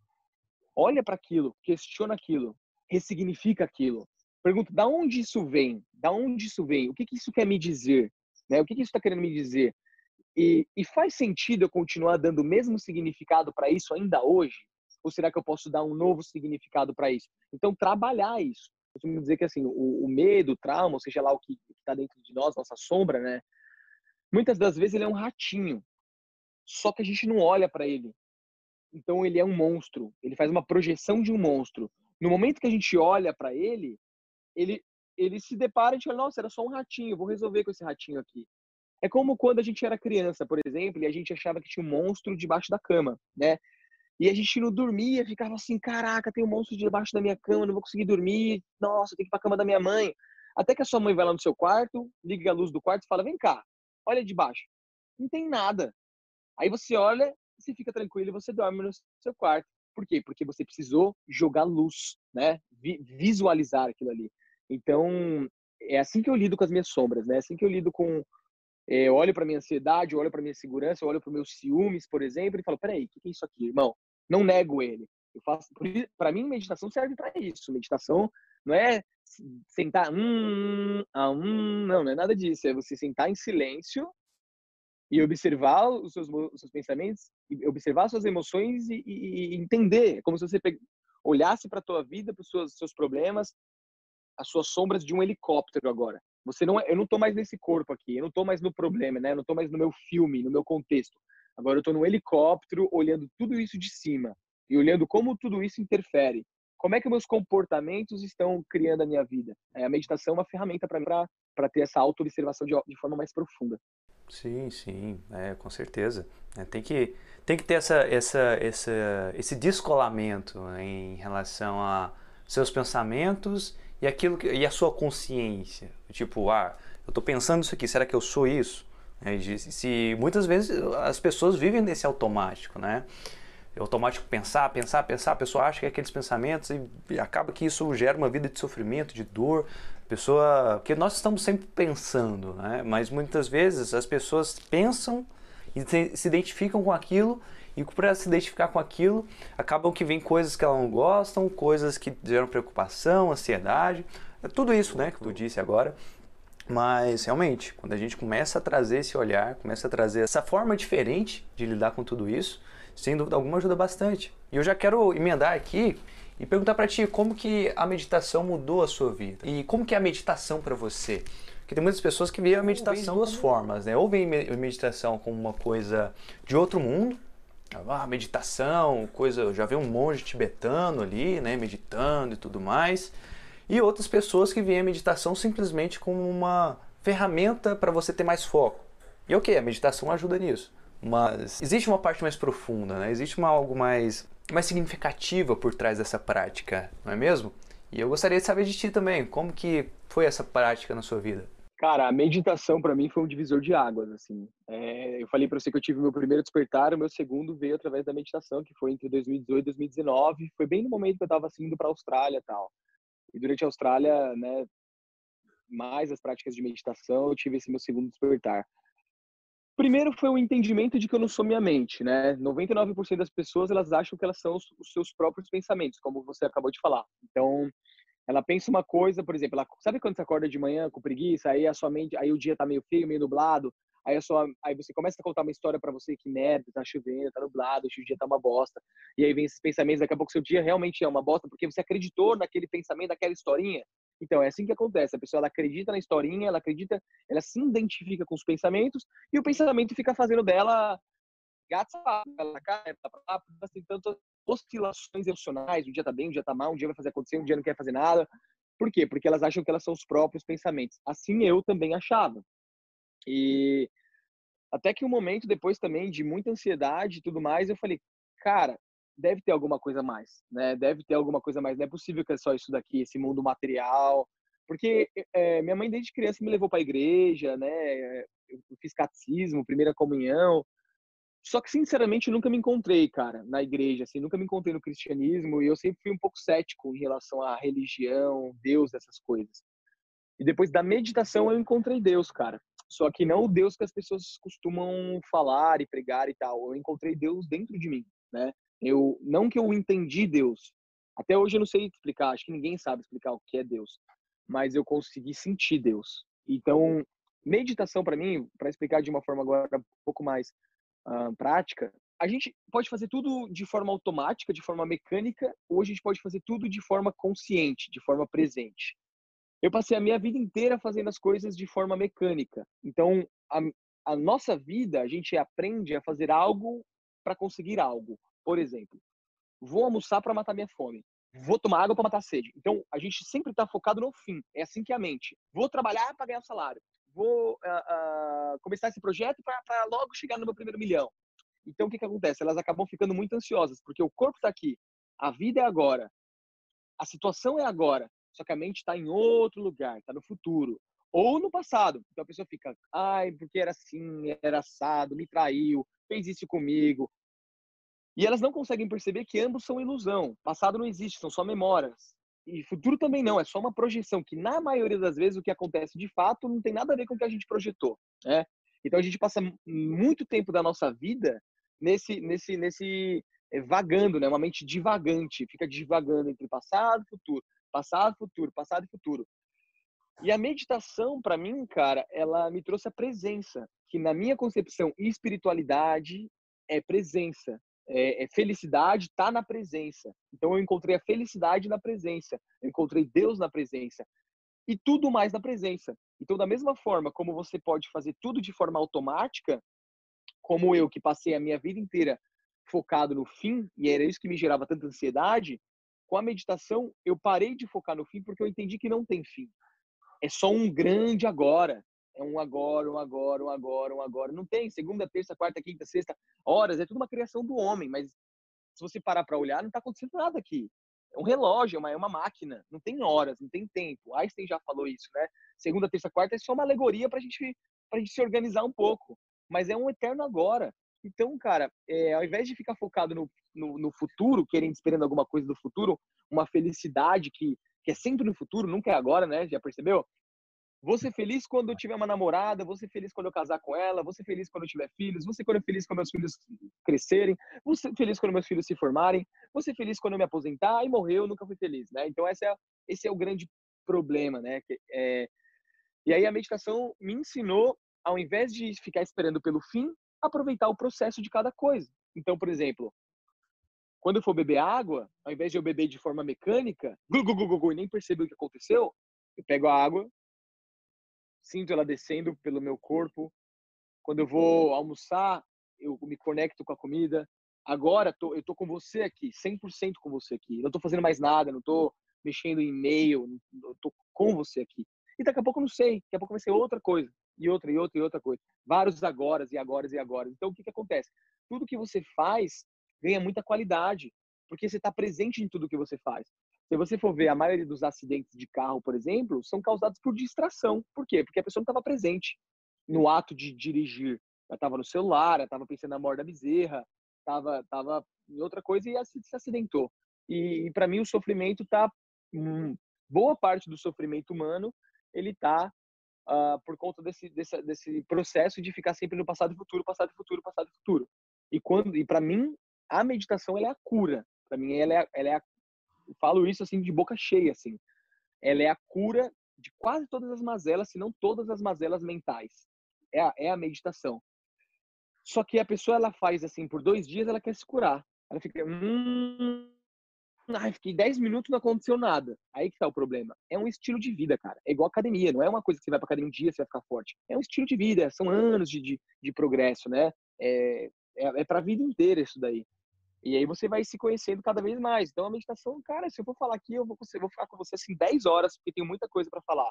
Olha para aquilo, questiona aquilo, ressignifica aquilo. Pergunta, da onde isso vem? Da onde isso vem? O que que isso quer me dizer? Né? O que que isso está querendo me dizer? E, e faz sentido eu continuar dando o mesmo significado para isso ainda hoje? Ou será que eu posso dar um novo significado para isso? Então, trabalhar isso. Eu costumo dizer que assim, o, o medo, o trauma, ou seja lá o que está dentro de nós, nossa sombra, né? Muitas das vezes ele é um ratinho. Só que a gente não olha para ele. Então, ele é um monstro. Ele faz uma projeção de um monstro. No momento que a gente olha para ele, ele, ele se depara e a gente fala, nossa, era só um ratinho, vou resolver com esse ratinho aqui. É como quando a gente era criança, por exemplo, e a gente achava que tinha um monstro debaixo da cama, né? E a gente não dormia, ficava assim, caraca, tem um monstro debaixo da minha cama, não vou conseguir dormir, nossa, tem que ir pra cama da minha mãe. Até que a sua mãe vai lá no seu quarto, liga a luz do quarto e fala, vem cá, olha debaixo. Não tem nada. Aí você olha, você fica tranquilo e você dorme no seu quarto. Por quê? Porque você precisou jogar luz, né? Visualizar aquilo ali. Então, é assim que eu lido com as minhas sombras, né? É assim que eu lido com... Eu olho para minha ansiedade, eu olho para minha segurança, eu olho para meus ciúmes, por exemplo, e falo, peraí, o que é isso aqui, irmão? Não nego ele. Eu faço, para mim, meditação serve para isso. Meditação não é sentar, hum, ah, hum, não, não é nada disso. É você sentar em silêncio e observar os seus, os seus pensamentos, e observar suas emoções e, e, e entender, como se você olhasse para a tua vida, para os seus, seus problemas, as suas sombras de um helicóptero agora. Você não é, eu não tô mais nesse corpo aqui, eu não tô mais no problema, né? Eu não tô mais no meu filme, no meu contexto. Agora eu tô no helicóptero olhando tudo isso de cima e olhando como tudo isso interfere. Como é que meus comportamentos estão criando a minha vida? É, a meditação é uma ferramenta para mim para ter essa auto-observação de, de forma mais profunda. Sim, sim, é, com certeza. É, tem que, tem que ter essa, essa, essa, esse descolamento, né, em relação a seus pensamentos e aquilo que, e a sua consciência. Tipo, ah, eu estou pensando isso aqui, será que eu sou isso? É, se, muitas vezes as pessoas vivem nesse automático, né? É automático pensar, pensar, pensar, a pessoa acha que é aqueles pensamentos e, e acaba que isso gera uma vida de sofrimento, de dor. A pessoa, porque nós estamos sempre pensando, né? Mas muitas vezes as pessoas pensam e se, se identificam com aquilo, e para se identificar com aquilo, acabam que vem coisas que elas não gostam, coisas que geram preocupação, ansiedade, é tudo isso, né, que tu disse agora. Mas realmente, quando a gente começa a trazer esse olhar, começa a trazer essa forma diferente de lidar com tudo isso, sem dúvida alguma ajuda bastante. E eu já quero emendar aqui e perguntar para ti como que a meditação mudou a sua vida. E como que é a meditação para você? Porque tem muitas pessoas que veem a meditação de duas formas, né? Ou veem a meditação como uma coisa de outro mundo, ah, meditação, coisa, já vê um monge tibetano ali, né, meditando e tudo mais. E outras pessoas que veem a meditação simplesmente como uma ferramenta para você ter mais foco. E ok, a meditação ajuda nisso. Mas existe uma parte mais profunda, né? Existe uma, algo mais, mais significativa por trás dessa prática, não é mesmo? E eu gostaria de saber de ti também, como que foi essa prática na sua vida? Cara, a meditação para mim foi um divisor de águas, assim. É, eu falei para você que eu tive o meu primeiro despertar, o meu segundo veio através da meditação, que foi entre dois mil e dezoito e dois mil e dezenove. Foi bem no momento que eu estava assim, indo para a Austrália e tal. E durante a Austrália, né, mais as práticas de meditação, eu tive esse meu segundo despertar. Primeiro foi o entendimento de que eu não sou minha mente, né? noventa e nove por cento das pessoas, elas acham que elas são os, os seus próprios pensamentos, como você acabou de falar. Então, ela pensa uma coisa, por exemplo, ela, sabe quando você acorda de manhã com preguiça, aí a sua mente, aí o dia tá meio feio, meio nublado, aí a sua, aí você começa a contar uma história para você que merda, tá chovendo, tá nublado, o dia tá uma bosta. E aí vem esses pensamentos, daqui a pouco seu dia realmente é uma bosta porque você acreditou naquele pensamento, naquela historinha. Então, é assim que acontece. A pessoa ela acredita na historinha, ela acredita, ela se identifica com os pensamentos e o pensamento fica fazendo dela gato sapato, ela cai, pra lá, assim, tantas oscilações emocionais, um dia tá bem, um dia tá mal, um dia vai fazer acontecer, um dia não quer fazer nada. Por quê? Porque elas acham que elas são os próprios pensamentos. Assim eu também achava. E até que um momento depois também de muita ansiedade e tudo mais, eu falei, cara, deve ter alguma coisa a mais, né? Deve ter alguma coisa a mais. Não é possível que é só isso daqui, esse mundo material. Porque é, minha mãe desde criança me levou para a igreja, né? Eu fiz catecismo, primeira comunhão. Só que, sinceramente, eu nunca me encontrei, cara, na igreja, assim, nunca me encontrei no cristianismo e eu sempre fui um pouco cético em relação à religião, Deus, essas coisas. E depois da meditação eu encontrei Deus, cara. Só que não o Deus que as pessoas costumam falar e pregar e tal. Eu encontrei Deus dentro de mim, né? Eu, não que eu entendi Deus. Até hoje eu não sei explicar, acho que ninguém sabe explicar o que é Deus. Mas eu consegui sentir Deus. Então, meditação para mim, para explicar de uma forma agora um pouco mais uh, prática, a gente pode fazer tudo de forma automática, de forma mecânica, ou a gente pode fazer tudo de forma consciente, de forma presente. Eu passei a minha vida inteira fazendo as coisas de forma mecânica. Então, a, a nossa vida, a gente aprende a fazer algo para conseguir algo. Por exemplo, vou almoçar para matar minha fome. Vou tomar água para matar a sede. Então, a gente sempre está focado no fim. É assim que é a mente. Vou trabalhar para ganhar o salário. Vou uh, uh, começar esse projeto para logo chegar no meu primeiro milhão. Então, o que, que acontece? Elas acabam ficando muito ansiosas, porque o corpo está aqui, a vida é agora, a situação é agora, só que a mente está em outro lugar, está no futuro. Ou no passado. Então a pessoa fica, ai, porque era assim, era assado, me traiu, fez isso comigo. E elas não conseguem perceber que ambos são ilusão. Passado não existe, são só memórias. E futuro também não, é só uma projeção, que na maioria das vezes o que acontece de fato não tem nada a ver com o que a gente projetou, né? Então a gente passa muito tempo da nossa vida nesse, nesse, nesse é, vagando, né? Uma mente divagante, fica divagando entre passado e futuro, passado, futuro, passado e futuro. E a meditação, para mim, cara, ela me trouxe a presença, que na minha concepção, espiritualidade é presença, é, é felicidade tá na presença. Então eu encontrei a felicidade na presença, eu encontrei Deus na presença e tudo mais na presença. Então, da mesma forma como você pode fazer tudo de forma automática, como eu que passei a minha vida inteira focado no fim, e era isso que me gerava tanta ansiedade, com a meditação eu parei de focar no fim porque eu entendi que não tem fim. É só um grande agora. É um agora, um agora, um agora, um agora. Não tem segunda, terça, quarta, quinta, sexta, horas. É tudo uma criação do homem, mas se você parar para olhar, não está acontecendo nada aqui. É um relógio, é uma, é uma máquina. Não tem horas, não tem tempo. Einstein já falou isso, né? Segunda, terça, quarta é só uma alegoria para gente, a gente se organizar um pouco. Mas é um eterno agora. Então, cara, é, ao invés de ficar focado no, no, no futuro, querendo, esperando alguma coisa do futuro, uma felicidade que, que é sempre no futuro, nunca é agora, né? Já percebeu? Vou ser feliz quando eu tiver uma namorada, vou ser feliz quando eu casar com ela, vou ser feliz quando eu tiver filhos, vou ser feliz quando meus filhos crescerem, vou ser feliz quando meus filhos se formarem, vou ser feliz quando eu me aposentar e morrer, eu nunca fui feliz, né? Então esse é, esse é o grande problema, né? Que, é... E aí a meditação me ensinou, ao invés de ficar esperando pelo fim, aproveitar o processo de cada coisa. Então, por exemplo, quando eu for beber água, ao invés de eu beber de forma mecânica, gu, gu, gu, gu, e nem perceber o que aconteceu, eu pego a água, sinto ela descendo pelo meu corpo. Quando eu vou almoçar, eu me conecto com a comida. Agora tô, eu tô com você aqui, cem por cento com você aqui. Não tô fazendo mais nada, não tô mexendo em e-mail, eu tô com você aqui. E daqui a pouco eu não sei, daqui a pouco vai ser outra coisa, e outra, e outra, e outra coisa. Vários agoras, e agoras, e agoras. Então o que que acontece? Tudo que você faz ganha muita qualidade. porque você está presente em tudo que você faz. Se você for ver, a maioria dos acidentes de carro, por exemplo, são causados por distração. Por quê? Porque a pessoa não estava presente no ato de dirigir. Ela estava no celular, ela estava pensando na morte da bezerra, estava tava em outra coisa e se acidentou. E, e para mim o sofrimento tá, hum, boa parte do sofrimento humano, ele tá uh, por conta desse, desse, desse processo de ficar sempre no passado e futuro, passado e futuro, passado e futuro. E quando, e para mim, a meditação ela é a cura. Para mim, ela é, ela é a, eu falo isso assim de boca cheia, assim. Ela é a cura de quase todas as mazelas, se não todas as mazelas mentais. É a, é a meditação. Só que a pessoa ela faz assim por dois dias, ela quer se curar. Ela fica, hum, ai, fiquei dez minutos não aconteceu nada. Aí que tá o problema. É um estilo de vida, cara. É igual academia, não é uma coisa que você vai pra academia um dia você vai ficar forte. É um estilo de vida, são anos de, de, de progresso, né? É, é, é pra vida inteira isso daí. E aí você vai se conhecendo cada vez mais. Então a meditação, cara, se eu for falar aqui, eu vou, eu vou ficar com você assim dez horas, porque tem muita coisa para falar.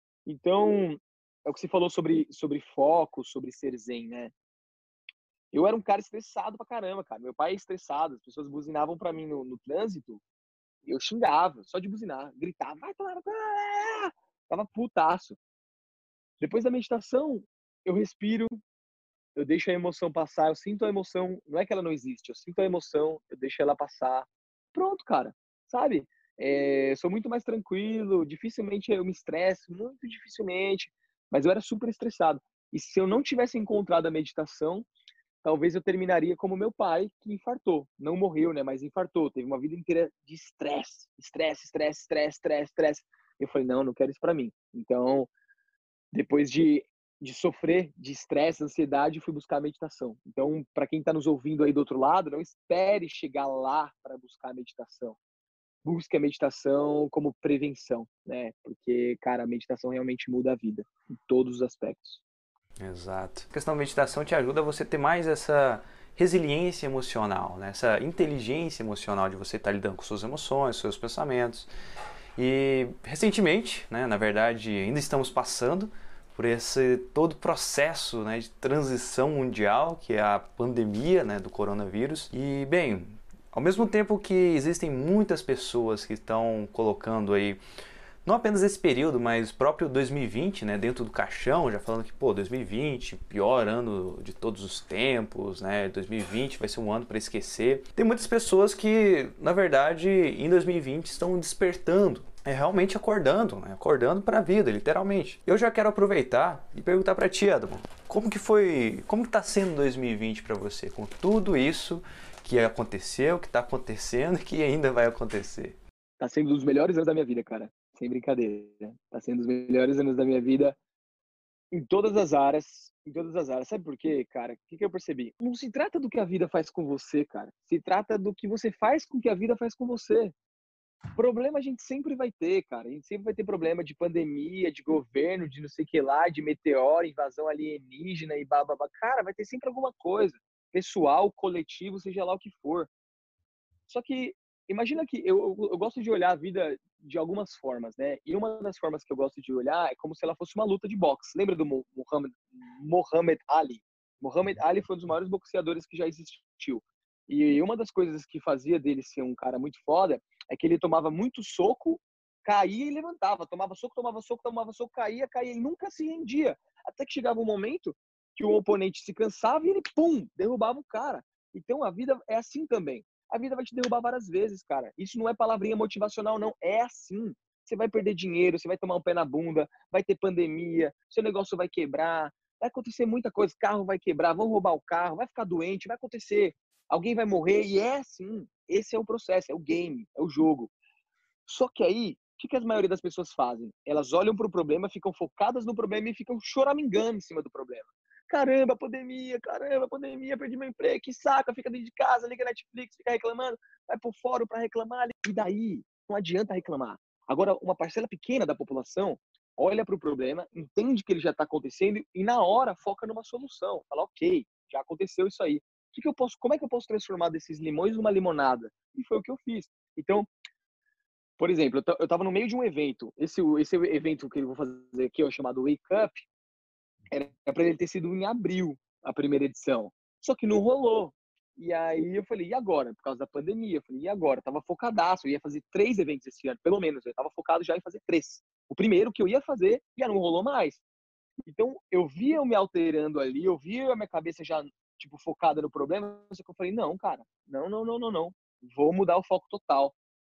Então, é o que você falou sobre, sobre foco, sobre ser zen, né? Eu era um cara estressado pra caramba, cara. Meu pai é estressado, as pessoas buzinavam pra mim no, no trânsito, eu xingava, só de buzinar, gritava, vai tomar, tava putaço. Depois da meditação, eu respiro, eu deixo a emoção passar, eu sinto a emoção, não é que ela não existe, eu sinto a emoção, eu deixo ela passar. Pronto, cara, sabe? É, sou muito mais tranquilo, dificilmente eu me estresso, muito dificilmente, mas eu era super estressado. E se eu não tivesse encontrado a meditação, talvez eu terminaria como meu pai, que infartou. Não morreu, né? Mas infartou. Teve uma vida inteira de estresse. Estresse, estresse, estresse, estresse, estresse. Eu falei, não, não quero isso pra mim. Então, depois de, de sofrer de estresse, ansiedade, fui buscar a meditação. Então, para quem tá nos ouvindo aí do outro lado, não espere chegar lá para buscar a meditação. Busque a meditação como prevenção, né? Porque, cara, a meditação realmente muda a vida, em todos os aspectos. Exato. A questão da meditação te ajuda a você ter mais essa resiliência emocional, né? Essa inteligência emocional de você estar lidando com suas emoções, seus pensamentos. E recentemente, né, na verdade, ainda estamos passando por esse todo processo, né, de transição mundial, que é a pandemia, né, do coronavírus. E, bem, ao mesmo tempo que existem muitas pessoas que estão colocando aí não apenas esse período, mas próprio dois mil e vinte, né, dentro do caixão, já falando que, pô, dois mil e vinte, pior ano de todos os tempos, né, dois mil e vinte vai ser um ano para esquecer. Tem muitas pessoas que, na verdade, em dois mil e vinte estão despertando, é realmente acordando, né, acordando para a vida, literalmente. Eu já quero aproveitar e perguntar para ti, Adamo, como que foi, como que tá sendo dois mil e vinte para você, com tudo isso que aconteceu, que está acontecendo e que ainda vai acontecer? Tá sendo um dos melhores anos da minha vida, cara. Sem brincadeira. Tá sendo um dos melhores anos da minha vida em todas as áreas. Em todas as áreas. Sabe por quê, cara? O que, que eu percebi? Não se trata do que a vida faz com você, cara. Se trata do que você faz com que a vida faz com você. Problema a gente sempre vai ter, cara. A gente sempre vai ter problema de pandemia, de governo, de não sei o que lá, de meteoro, invasão alienígena e bababá. Cara, vai ter sempre alguma coisa. Pessoal, coletivo, seja lá o que for. Só que imagina que eu, eu, eu gosto de olhar a vida de algumas formas, né? E uma das formas que eu gosto de olhar é como se ela fosse uma luta de boxe. Lembra do Muhammad, Muhammad Ali? Muhammad Ali foi um dos maiores boxeadores que já existiu. E uma das coisas que fazia dele ser um cara muito foda é que ele tomava muito soco, caía e levantava. Tomava soco, tomava soco, tomava soco, caía, caía e nunca se rendia. Até que chegava um momento que o oponente se cansava e ele, pum, derrubava o cara. Então a vida é assim também. A vida vai te derrubar várias vezes, cara. Isso não é palavrinha motivacional, não. É assim. Você vai perder dinheiro, você vai tomar um pé na bunda, vai ter pandemia, seu negócio vai quebrar, vai acontecer muita coisa, carro vai quebrar, vão roubar o carro, vai ficar doente, vai acontecer. Alguém vai morrer e é assim. Esse é o processo, é o game, é o jogo. Só que aí, o que, que a maioria das pessoas fazem? Elas olham para o problema, ficam focadas no problema e ficam choramingando em cima do problema. Caramba, pandemia, caramba, pandemia, perdi meu emprego, que saca, fica dentro de casa, liga Netflix, fica reclamando, vai pro fórum para reclamar, e daí? Não adianta reclamar. Agora, uma parcela pequena da população olha para o problema, entende que ele já está acontecendo e na hora foca numa solução. Fala, ok, já aconteceu isso aí. Que que eu posso, como é que eu posso transformar desses limões numa limonada? E foi o que eu fiz. Então, por exemplo, eu estava no meio de um evento. Esse, esse evento que eu vou fazer aqui, ó, chamado Wake Up, era para ele ter sido em abril, a primeira edição. Só que não rolou. E aí eu falei, e agora? Por causa da pandemia. Eu falei, e agora? Eu tava focadaço, eu ia fazer três eventos esse ano, pelo menos. Eu tava focado já em fazer três. O primeiro que eu ia fazer já não rolou mais. Então, eu via eu me alterando ali, eu via a minha cabeça já, tipo, focada no problema, só que eu falei, não, cara, não, não, não, não, não. Vou mudar o foco total.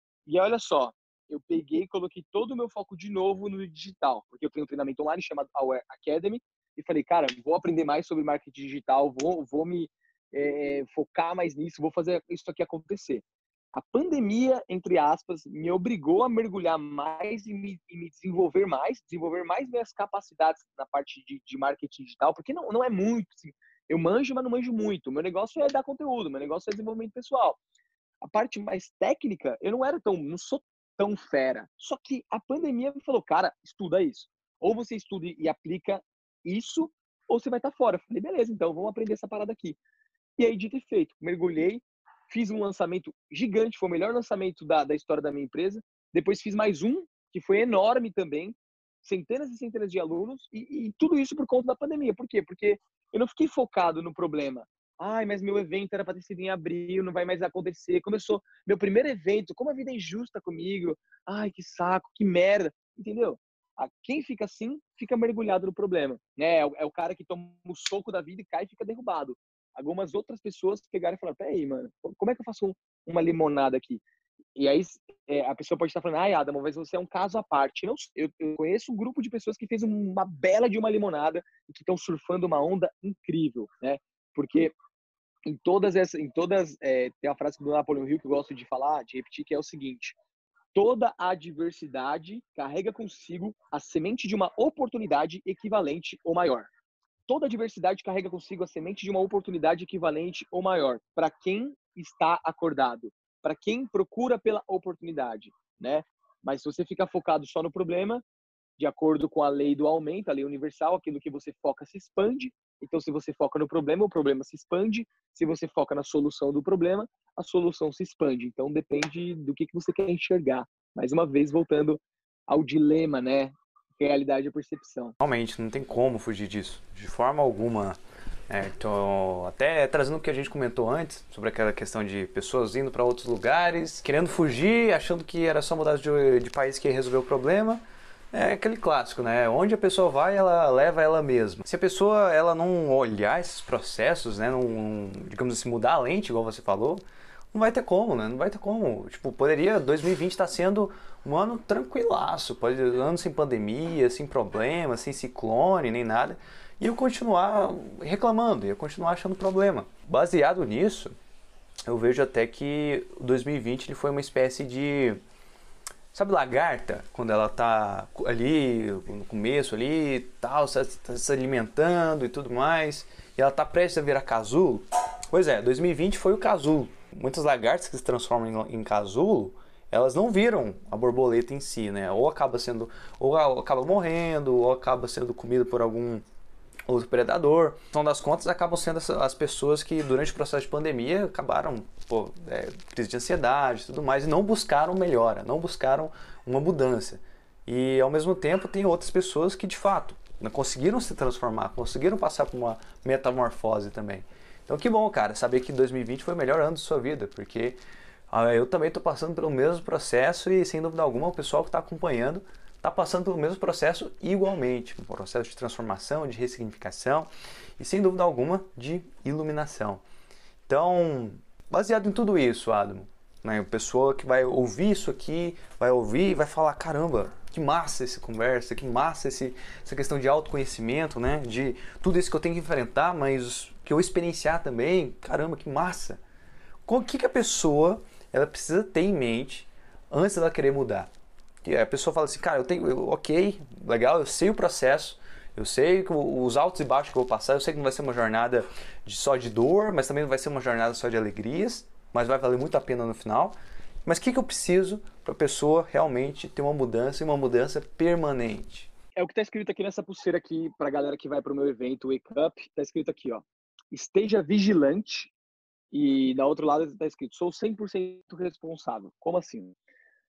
E olha só, eu peguei e coloquei todo o meu foco de novo no digital, porque eu tenho um treinamento online chamado Aware Academy, e falei, cara, vou aprender mais sobre marketing digital, vou, vou me é, focar mais nisso, vou fazer isso aqui acontecer. A pandemia, entre aspas, me obrigou a mergulhar mais e me, e me desenvolver mais, desenvolver mais minhas capacidades na parte de, de marketing digital, porque não, não é muito, assim, eu manjo, mas não manjo muito. O meu negócio é dar conteúdo, meu negócio é desenvolvimento pessoal. A parte mais técnica, eu não era tão, não sou tão fera. Só que a pandemia me falou, cara, estuda isso. Ou você estuda e aplica isso, ou você vai estar fora. Eu falei, beleza, então vamos aprender essa parada aqui. E aí, dito e feito, mergulhei, fiz um lançamento gigante, foi o melhor lançamento da, da história da minha empresa. Depois fiz mais um, que foi enorme também, centenas e centenas de alunos, e, e tudo isso por conta da pandemia. Por quê? Porque eu não fiquei focado no problema. Ai, mas meu evento era para ter sido em abril, não vai mais acontecer. Começou meu primeiro evento, como a vida é injusta comigo. Ai, que saco, que merda. Entendeu? Quem fica assim, fica mergulhado no problema. Né? É, o, é o cara que toma o soco da vida e cai e fica derrubado. Algumas outras pessoas pegaram e falaram, peraí, mano, como é que eu faço uma limonada aqui? E aí é, a pessoa pode estar falando, ai, Adam, mas você é um caso à parte. Não, eu, eu conheço um grupo de pessoas que fez uma bela de uma limonada e que estão surfando uma onda incrível, né? Porque em todas essas, em todas, é, tem uma frase do Napoleon Hill que eu gosto de falar, de repetir, que é o seguinte: toda adversidade carrega consigo a semente de uma oportunidade equivalente ou maior. Toda adversidade carrega consigo a semente de uma oportunidade equivalente ou maior para quem está acordado, para quem procura pela oportunidade, né? Mas se você ficar focado só no problema, de acordo com a lei do aumento, a lei universal, aquilo que você foca se expande. Então, se você foca no problema, o problema se expande. Se você foca na solução do problema, a solução se expande. Então, depende do que você quer enxergar. Mais uma vez, voltando ao dilema, né? Realidade e percepção. Realmente, não tem como fugir disso, de forma alguma. É, então, até trazendo o que a gente comentou antes, sobre aquela questão de pessoas indo para outros lugares, querendo fugir, achando que era só mudar de, de país que ia resolver o problema. É aquele clássico, né? Onde a pessoa vai, ela leva ela mesma. Se a pessoa ela não olhar esses processos, né? Não, digamos assim, mudar a lente, igual você falou, não vai ter como, né? Não vai ter como. Tipo, poderia, dois mil e vinte estar sendo um ano tranquilaço, pode um ano sem pandemia, sem problema, sem ciclone, nem nada. E eu continuar reclamando, ia continuar achando problema. Baseado nisso, eu vejo até que o dois mil e vinte ele foi uma espécie de... Sabe lagarta? Quando ela tá ali, no começo ali, tal, tá se alimentando e tudo mais, e ela tá prestes a virar casulo? Pois é, dois mil e vinte foi o casulo. Muitas lagartas que se transformam em, em casulo, elas não viram a borboleta em si, né? Ou acaba sendo, ou acaba morrendo, ou acaba sendo comida por algum outro predador. Então, das contas, acabam sendo as pessoas que, durante o processo de pandemia, acabaram, pô, é, crise de ansiedade e tudo mais, e não buscaram melhora, não buscaram uma mudança. E, ao mesmo tempo, tem outras pessoas que, de fato, não conseguiram se transformar, conseguiram passar por uma metamorfose também. Então, que bom, cara, saber que dois mil e vinte foi o melhor ano da sua vida, porque ah, eu também estou passando pelo mesmo processo e, sem dúvida alguma, o pessoal que está acompanhando está passando pelo mesmo processo igualmente, um processo de transformação, de ressignificação e, sem dúvida alguma, de iluminação. Então, baseado em tudo isso, Adamo, né, a pessoa que vai ouvir isso aqui, vai ouvir e vai falar, caramba, que massa essa conversa, que massa esse, essa questão de autoconhecimento, né, de tudo isso que eu tenho que enfrentar, mas que eu experienciar também, caramba, que massa. O que, que a pessoa ela precisa ter em mente antes dela querer mudar? E a pessoa fala assim, cara, eu tenho, eu, ok, legal, eu sei o processo, eu sei que os altos e baixos que eu vou passar, eu sei que não vai ser uma jornada de, só de dor, mas também não vai ser uma jornada só de alegrias, mas vai valer muito a pena no final. Mas o que, que eu preciso para a pessoa realmente ter uma mudança e uma mudança permanente? É o que está escrito aqui nessa pulseira aqui, para a galera que vai para o meu evento Wake Up, está escrito aqui, ó, esteja vigilante, e na outro lado está escrito, sou cem por cento responsável. Como assim?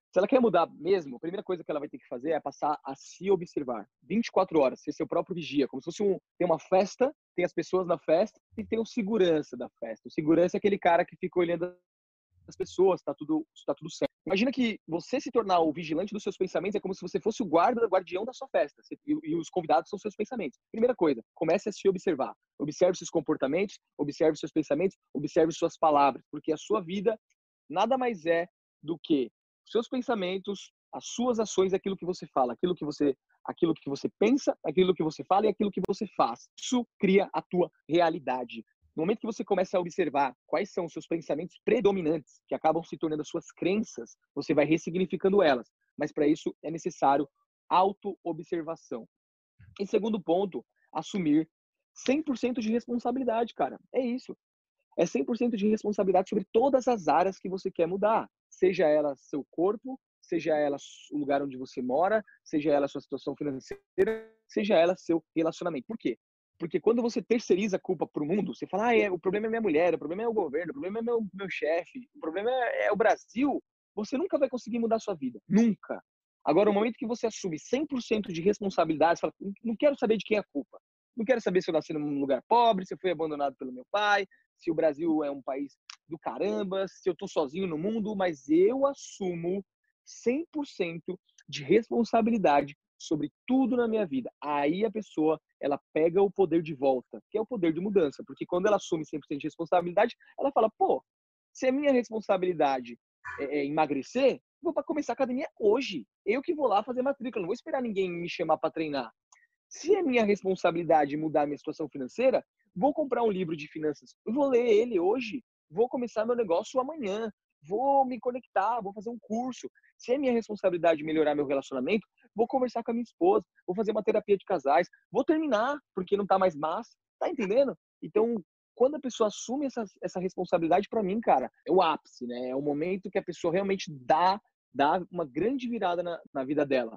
Se ela quer mudar mesmo, a primeira coisa que ela vai ter que fazer é passar a se observar. vinte e quatro horas, ser seu próprio vigia. Como se fosse um, tem uma festa, tem as pessoas na festa e tem o segurança da festa. O segurança é aquele cara que fica olhando as pessoas, tá tudo, tá tudo certo. Imagina que você se tornar o vigilante dos seus pensamentos é como se você fosse o guarda, o guardião da sua festa. E, e os convidados são seus pensamentos. Primeira coisa, comece a se observar. Observe seus comportamentos, observe seus pensamentos, observe suas palavras. Porque a sua vida nada mais é do que seus pensamentos, as suas ações, aquilo que você fala, aquilo que você, aquilo que você pensa, aquilo que você fala e aquilo que você faz. Isso cria a tua realidade. No momento que você começa a observar quais são os seus pensamentos predominantes, que acabam se tornando as suas crenças, você vai ressignificando elas. Mas para isso é necessário auto-observação. Em segundo ponto, assumir cem por cento de responsabilidade, cara. É isso. É cem por cento de responsabilidade sobre todas as áreas que você quer mudar. Seja ela seu corpo, seja ela o lugar onde você mora, seja ela sua situação financeira, seja ela seu relacionamento. Por quê? Porque quando você terceiriza a culpa para o mundo, você fala, ah, é, o problema é minha mulher, o problema é o governo, o problema é meu, meu chefe, o problema é, é o Brasil, você nunca vai conseguir mudar a sua vida. Nunca. Agora, o momento que você assume cem por cento de responsabilidade, você fala, não quero saber de quem é a culpa. Não quero saber se eu nasci num lugar pobre, se eu fui abandonado pelo meu pai, se o Brasil é um país do caramba, se eu tô sozinho no mundo, mas eu assumo cem por cento de responsabilidade sobre tudo na minha vida. Aí a pessoa, ela pega o poder de volta, que é o poder de mudança, porque quando ela assume cem por cento de responsabilidade, ela fala, pô, se é minha responsabilidade é, é emagrecer, vou para começar a academia hoje. Eu que vou lá fazer matrícula, não vou esperar ninguém me chamar para treinar. Se é minha responsabilidade mudar a minha situação financeira, vou comprar um livro de finanças, vou ler ele hoje, vou começar meu negócio amanhã, vou me conectar, vou fazer um curso. Se é minha responsabilidade melhorar meu relacionamento, vou conversar com a minha esposa, vou fazer uma terapia de casais, vou terminar porque não tá mais massa, tá entendendo? Então, quando a pessoa assume essa, essa responsabilidade, para mim, cara, é o ápice, né? É o momento que a pessoa realmente dá, dá uma grande virada na, na vida dela.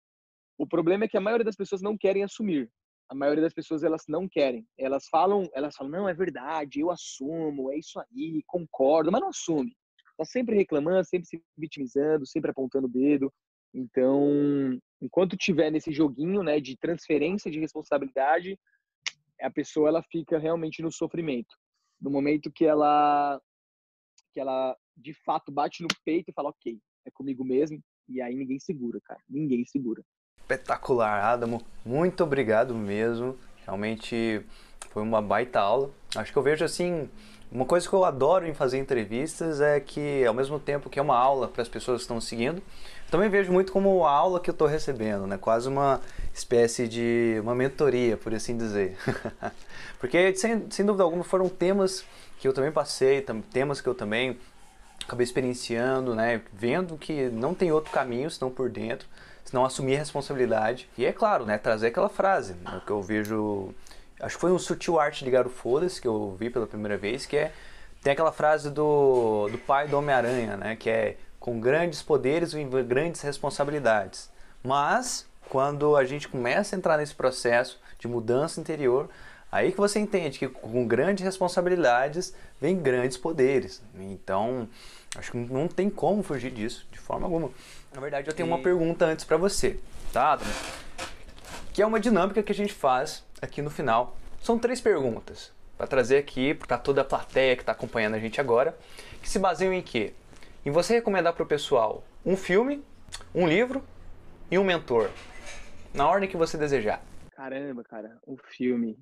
O problema é que a maioria das pessoas não querem assumir. A maioria das pessoas, elas não querem. Elas falam, elas falam, não, é verdade, eu assumo, é isso aí, concordo, mas não assume. Tá sempre reclamando, sempre se vitimizando, sempre apontando o dedo. Então, enquanto tiver nesse joguinho, né, de transferência de responsabilidade, a pessoa, ela fica realmente no sofrimento. No momento que ela, que ela, de fato, bate no peito e fala, ok, é comigo mesmo, e aí ninguém segura, cara, ninguém segura. Espetacular, Adamo. Muito obrigado mesmo. Realmente foi uma baita aula. Acho que eu vejo assim, uma coisa que eu adoro em fazer entrevistas é que, ao mesmo tempo que é uma aula para as pessoas que estão seguindo, também vejo muito como a aula que eu estou recebendo, né? Quase uma espécie de uma mentoria, por assim dizer. Porque, sem, sem dúvida alguma, foram temas que eu também passei, temas que eu também acabei experienciando, né? Vendo que não tem outro caminho senão por dentro, senão assumir a responsabilidade. E é claro, né? Trazer aquela frase, né, que eu vejo, acho que foi um Sutil Arte de Ligar o Foda-se que eu vi pela primeira vez, que é, tem aquela frase do, do pai do Homem-Aranha, né? Que é, com grandes poderes vem grandes responsabilidades. Mas, quando a gente começa a entrar nesse processo de mudança interior, aí que você entende que com grandes responsabilidades vem grandes poderes. Então, acho que não tem como fugir disso, de forma alguma. Na verdade, eu tenho uma pergunta antes para você, tá, Adam? Que é uma dinâmica que a gente faz aqui no final. São três perguntas para trazer aqui para toda a plateia que está acompanhando a gente agora, que se baseiam em quê? Em você recomendar para o pessoal um filme, um livro e um mentor, na ordem que você desejar. Caramba, cara, um filme.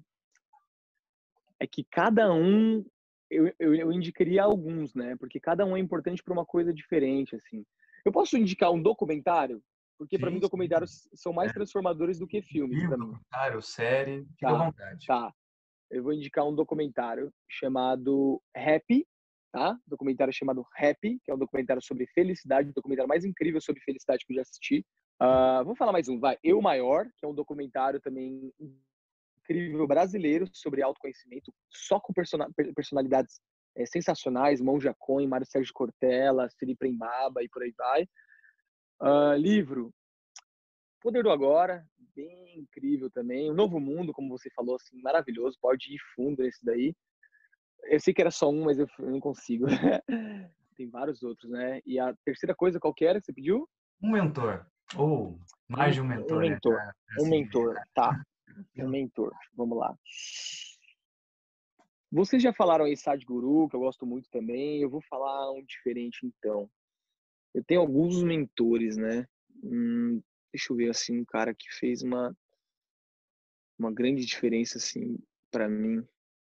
É que cada um, eu, eu, eu indicaria alguns, né? Porque cada um é importante para uma coisa diferente, assim. Eu posso indicar um documentário? Porque para mim Sim, sim. documentários são É, mais transformadores do que filmes, livro, para mim. documentário, série, fica à Tá, vontade. tá. Eu vou indicar um documentário chamado Happy, tá? Documentário chamado Happy, que é um documentário sobre felicidade, o documentário mais incrível sobre felicidade que eu já assisti. Uh, vou falar mais um, vai. Eu Maior, que é um documentário também incrível brasileiro sobre autoconhecimento, só com personalidades é, sensacionais, Monja Coen, Mário Sérgio Cortella, Siri Prembaba e por aí vai. Uh, livro, Poder do Agora, bem incrível também. O Novo Mundo, como você falou, assim, maravilhoso, pode ir fundo nesse daí. Eu sei que era só um, mas eu não consigo. tem vários outros, né? E a terceira coisa, qual que era que você pediu? Um mentor. Ou mais Um, de um um mentor, né? mentor. Pra, pra Um seguir. mentor, tá. Um mentor. Vamos lá. Vocês já falaram aí Sadhguru, que eu gosto muito também. Eu vou falar um diferente, então. Eu tenho alguns mentores, né? Hum, deixa eu ver, assim, um cara que fez uma, uma grande diferença, assim, para mim.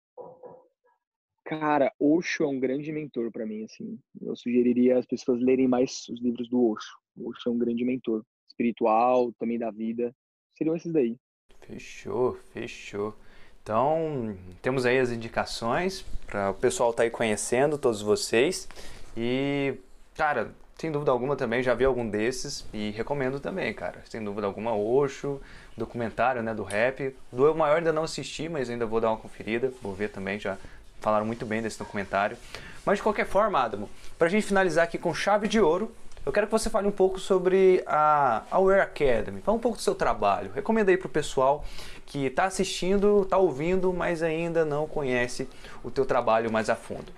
Cara, Osho é um grande mentor para mim, assim. Eu sugeriria as pessoas lerem mais os livros do Osho. O Osho é um grande mentor espiritual, também da vida. Seriam esses daí. Fechou, fechou. Então, temos aí as indicações para o pessoal estar aí conhecendo todos vocês. E, cara, sem dúvida alguma também já vi algum desses e recomendo também, cara. Sem dúvida alguma, Osho, documentário, né, do rap. Do Eu Maior ainda não assisti, mas ainda vou dar uma conferida. Vou ver também, já falaram muito bem desse documentário. Mas de qualquer forma, Adamo, pra gente finalizar aqui com chave de ouro, eu quero que você fale um pouco sobre a Aware Academy. Fala um pouco do seu trabalho. Recomenda aí pro pessoal que está assistindo, está ouvindo, mas ainda não conhece o teu trabalho mais a fundo.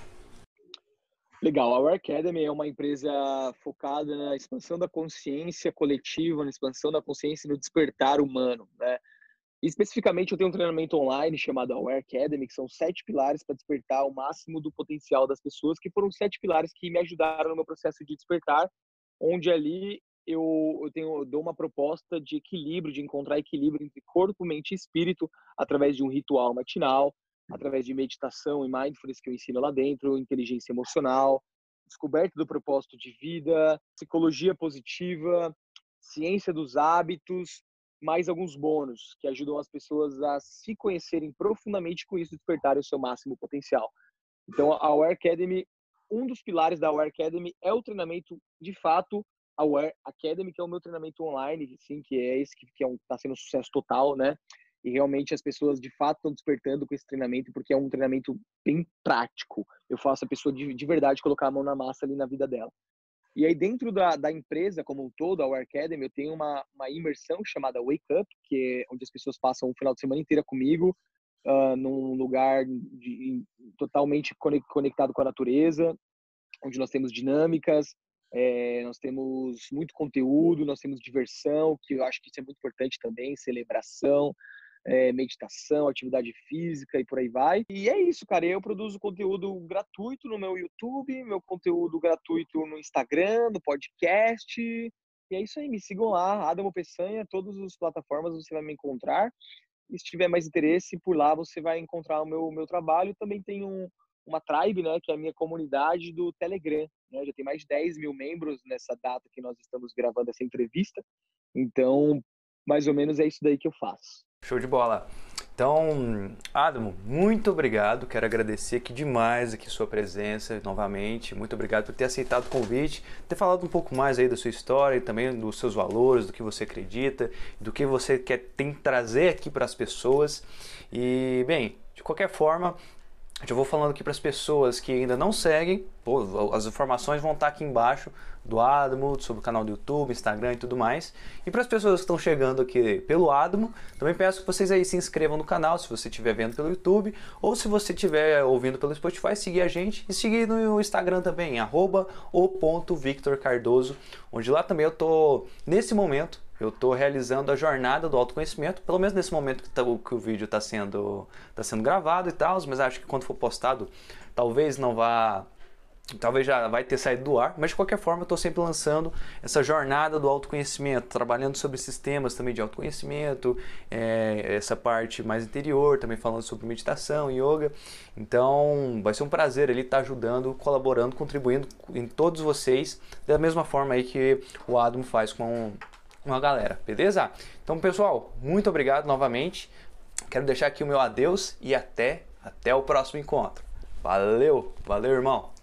Legal. A Aware Academy é uma empresa focada na expansão da consciência coletiva, na expansão da consciência e no despertar humano, né? E, especificamente, eu tenho um treinamento online chamado Aware Academy, que são sete pilares para despertar o máximo do potencial das pessoas, que foram sete pilares que me ajudaram no meu processo de despertar, onde ali eu, eu, tenho, eu dou uma proposta de equilíbrio, de encontrar equilíbrio entre corpo, mente e espírito, através de um ritual matinal, através de meditação e mindfulness que eu ensino lá dentro, inteligência emocional, descoberta do propósito de vida, psicologia positiva, ciência dos hábitos, mais alguns bônus que ajudam as pessoas a se conhecerem profundamente, com isso despertarem o seu máximo potencial. Então, a Aware Academy, um dos pilares da Aware Academy é o treinamento, de fato, Aware Academy, que é o meu treinamento online, sim, que é esse que, que é um, tá sendo um sucesso total, né? E realmente as pessoas, de fato, estão despertando com esse treinamento, porque é um treinamento bem prático. Eu faço a pessoa de, de verdade colocar a mão na massa ali na vida dela. E aí, dentro da, da empresa como um todo, a Aware Academy, eu tenho uma, uma imersão chamada Wake Up, que é onde as pessoas passam o final de semana inteira comigo, uh, num lugar de, totalmente conectado com a natureza, onde nós temos dinâmicas, é, nós temos muito conteúdo, nós temos diversão, que eu acho que isso é muito importante também, celebração, É, meditação, atividade física e por aí vai. E é isso, cara. Eu produzo conteúdo gratuito no meu YouTube, meu conteúdo gratuito no Instagram, no podcast. E é isso aí. Me sigam lá, Adamo Peçanha, todas as plataformas você vai me encontrar. E se tiver mais interesse, por lá você vai encontrar o meu, meu trabalho. Também tem um, uma tribe, né, que é a minha comunidade do Telegram. Né? Já tem mais de dez mil membros nessa data que nós estamos gravando essa entrevista. Então, mais ou menos é isso daí que eu faço. Show de bola. Então, Adamo, muito obrigado. Quero agradecer aqui demais aqui sua presença novamente. Muito obrigado por ter aceitado o convite, ter falado um pouco mais aí da sua história e também dos seus valores, do que você acredita, do que você quer tem que trazer aqui para as pessoas. E, bem, de qualquer forma, eu vou falando aqui para as pessoas que ainda não seguem, pô, as informações vão estar aqui embaixo do Adamo, sobre o canal do YouTube, Instagram e tudo mais. E para as pessoas que estão chegando aqui pelo Adamo, também peço que vocês aí se inscrevam no canal, se você estiver vendo pelo YouTube, ou se você estiver ouvindo pelo Spotify, seguir a gente e seguir no Instagram também, arroba o ponto Victor Cardoso, onde lá também eu tô, nesse momento, eu estou realizando a jornada do autoconhecimento, pelo menos nesse momento que, tá, que o vídeo está sendo, tá sendo gravado e tal, mas acho que quando for postado, talvez não vá... Talvez já vai ter saído do ar, mas de qualquer forma eu estou sempre lançando essa jornada do autoconhecimento, trabalhando sobre sistemas também de autoconhecimento, é, essa parte mais interior, também falando sobre meditação, yoga. Então vai ser um prazer ele estar ajudando, colaborando, contribuindo em todos vocês, da mesma forma aí que o Adamo faz com uma galera, beleza? Então pessoal, muito obrigado novamente, quero deixar aqui o meu adeus e até, até o próximo encontro. Valeu, valeu irmão!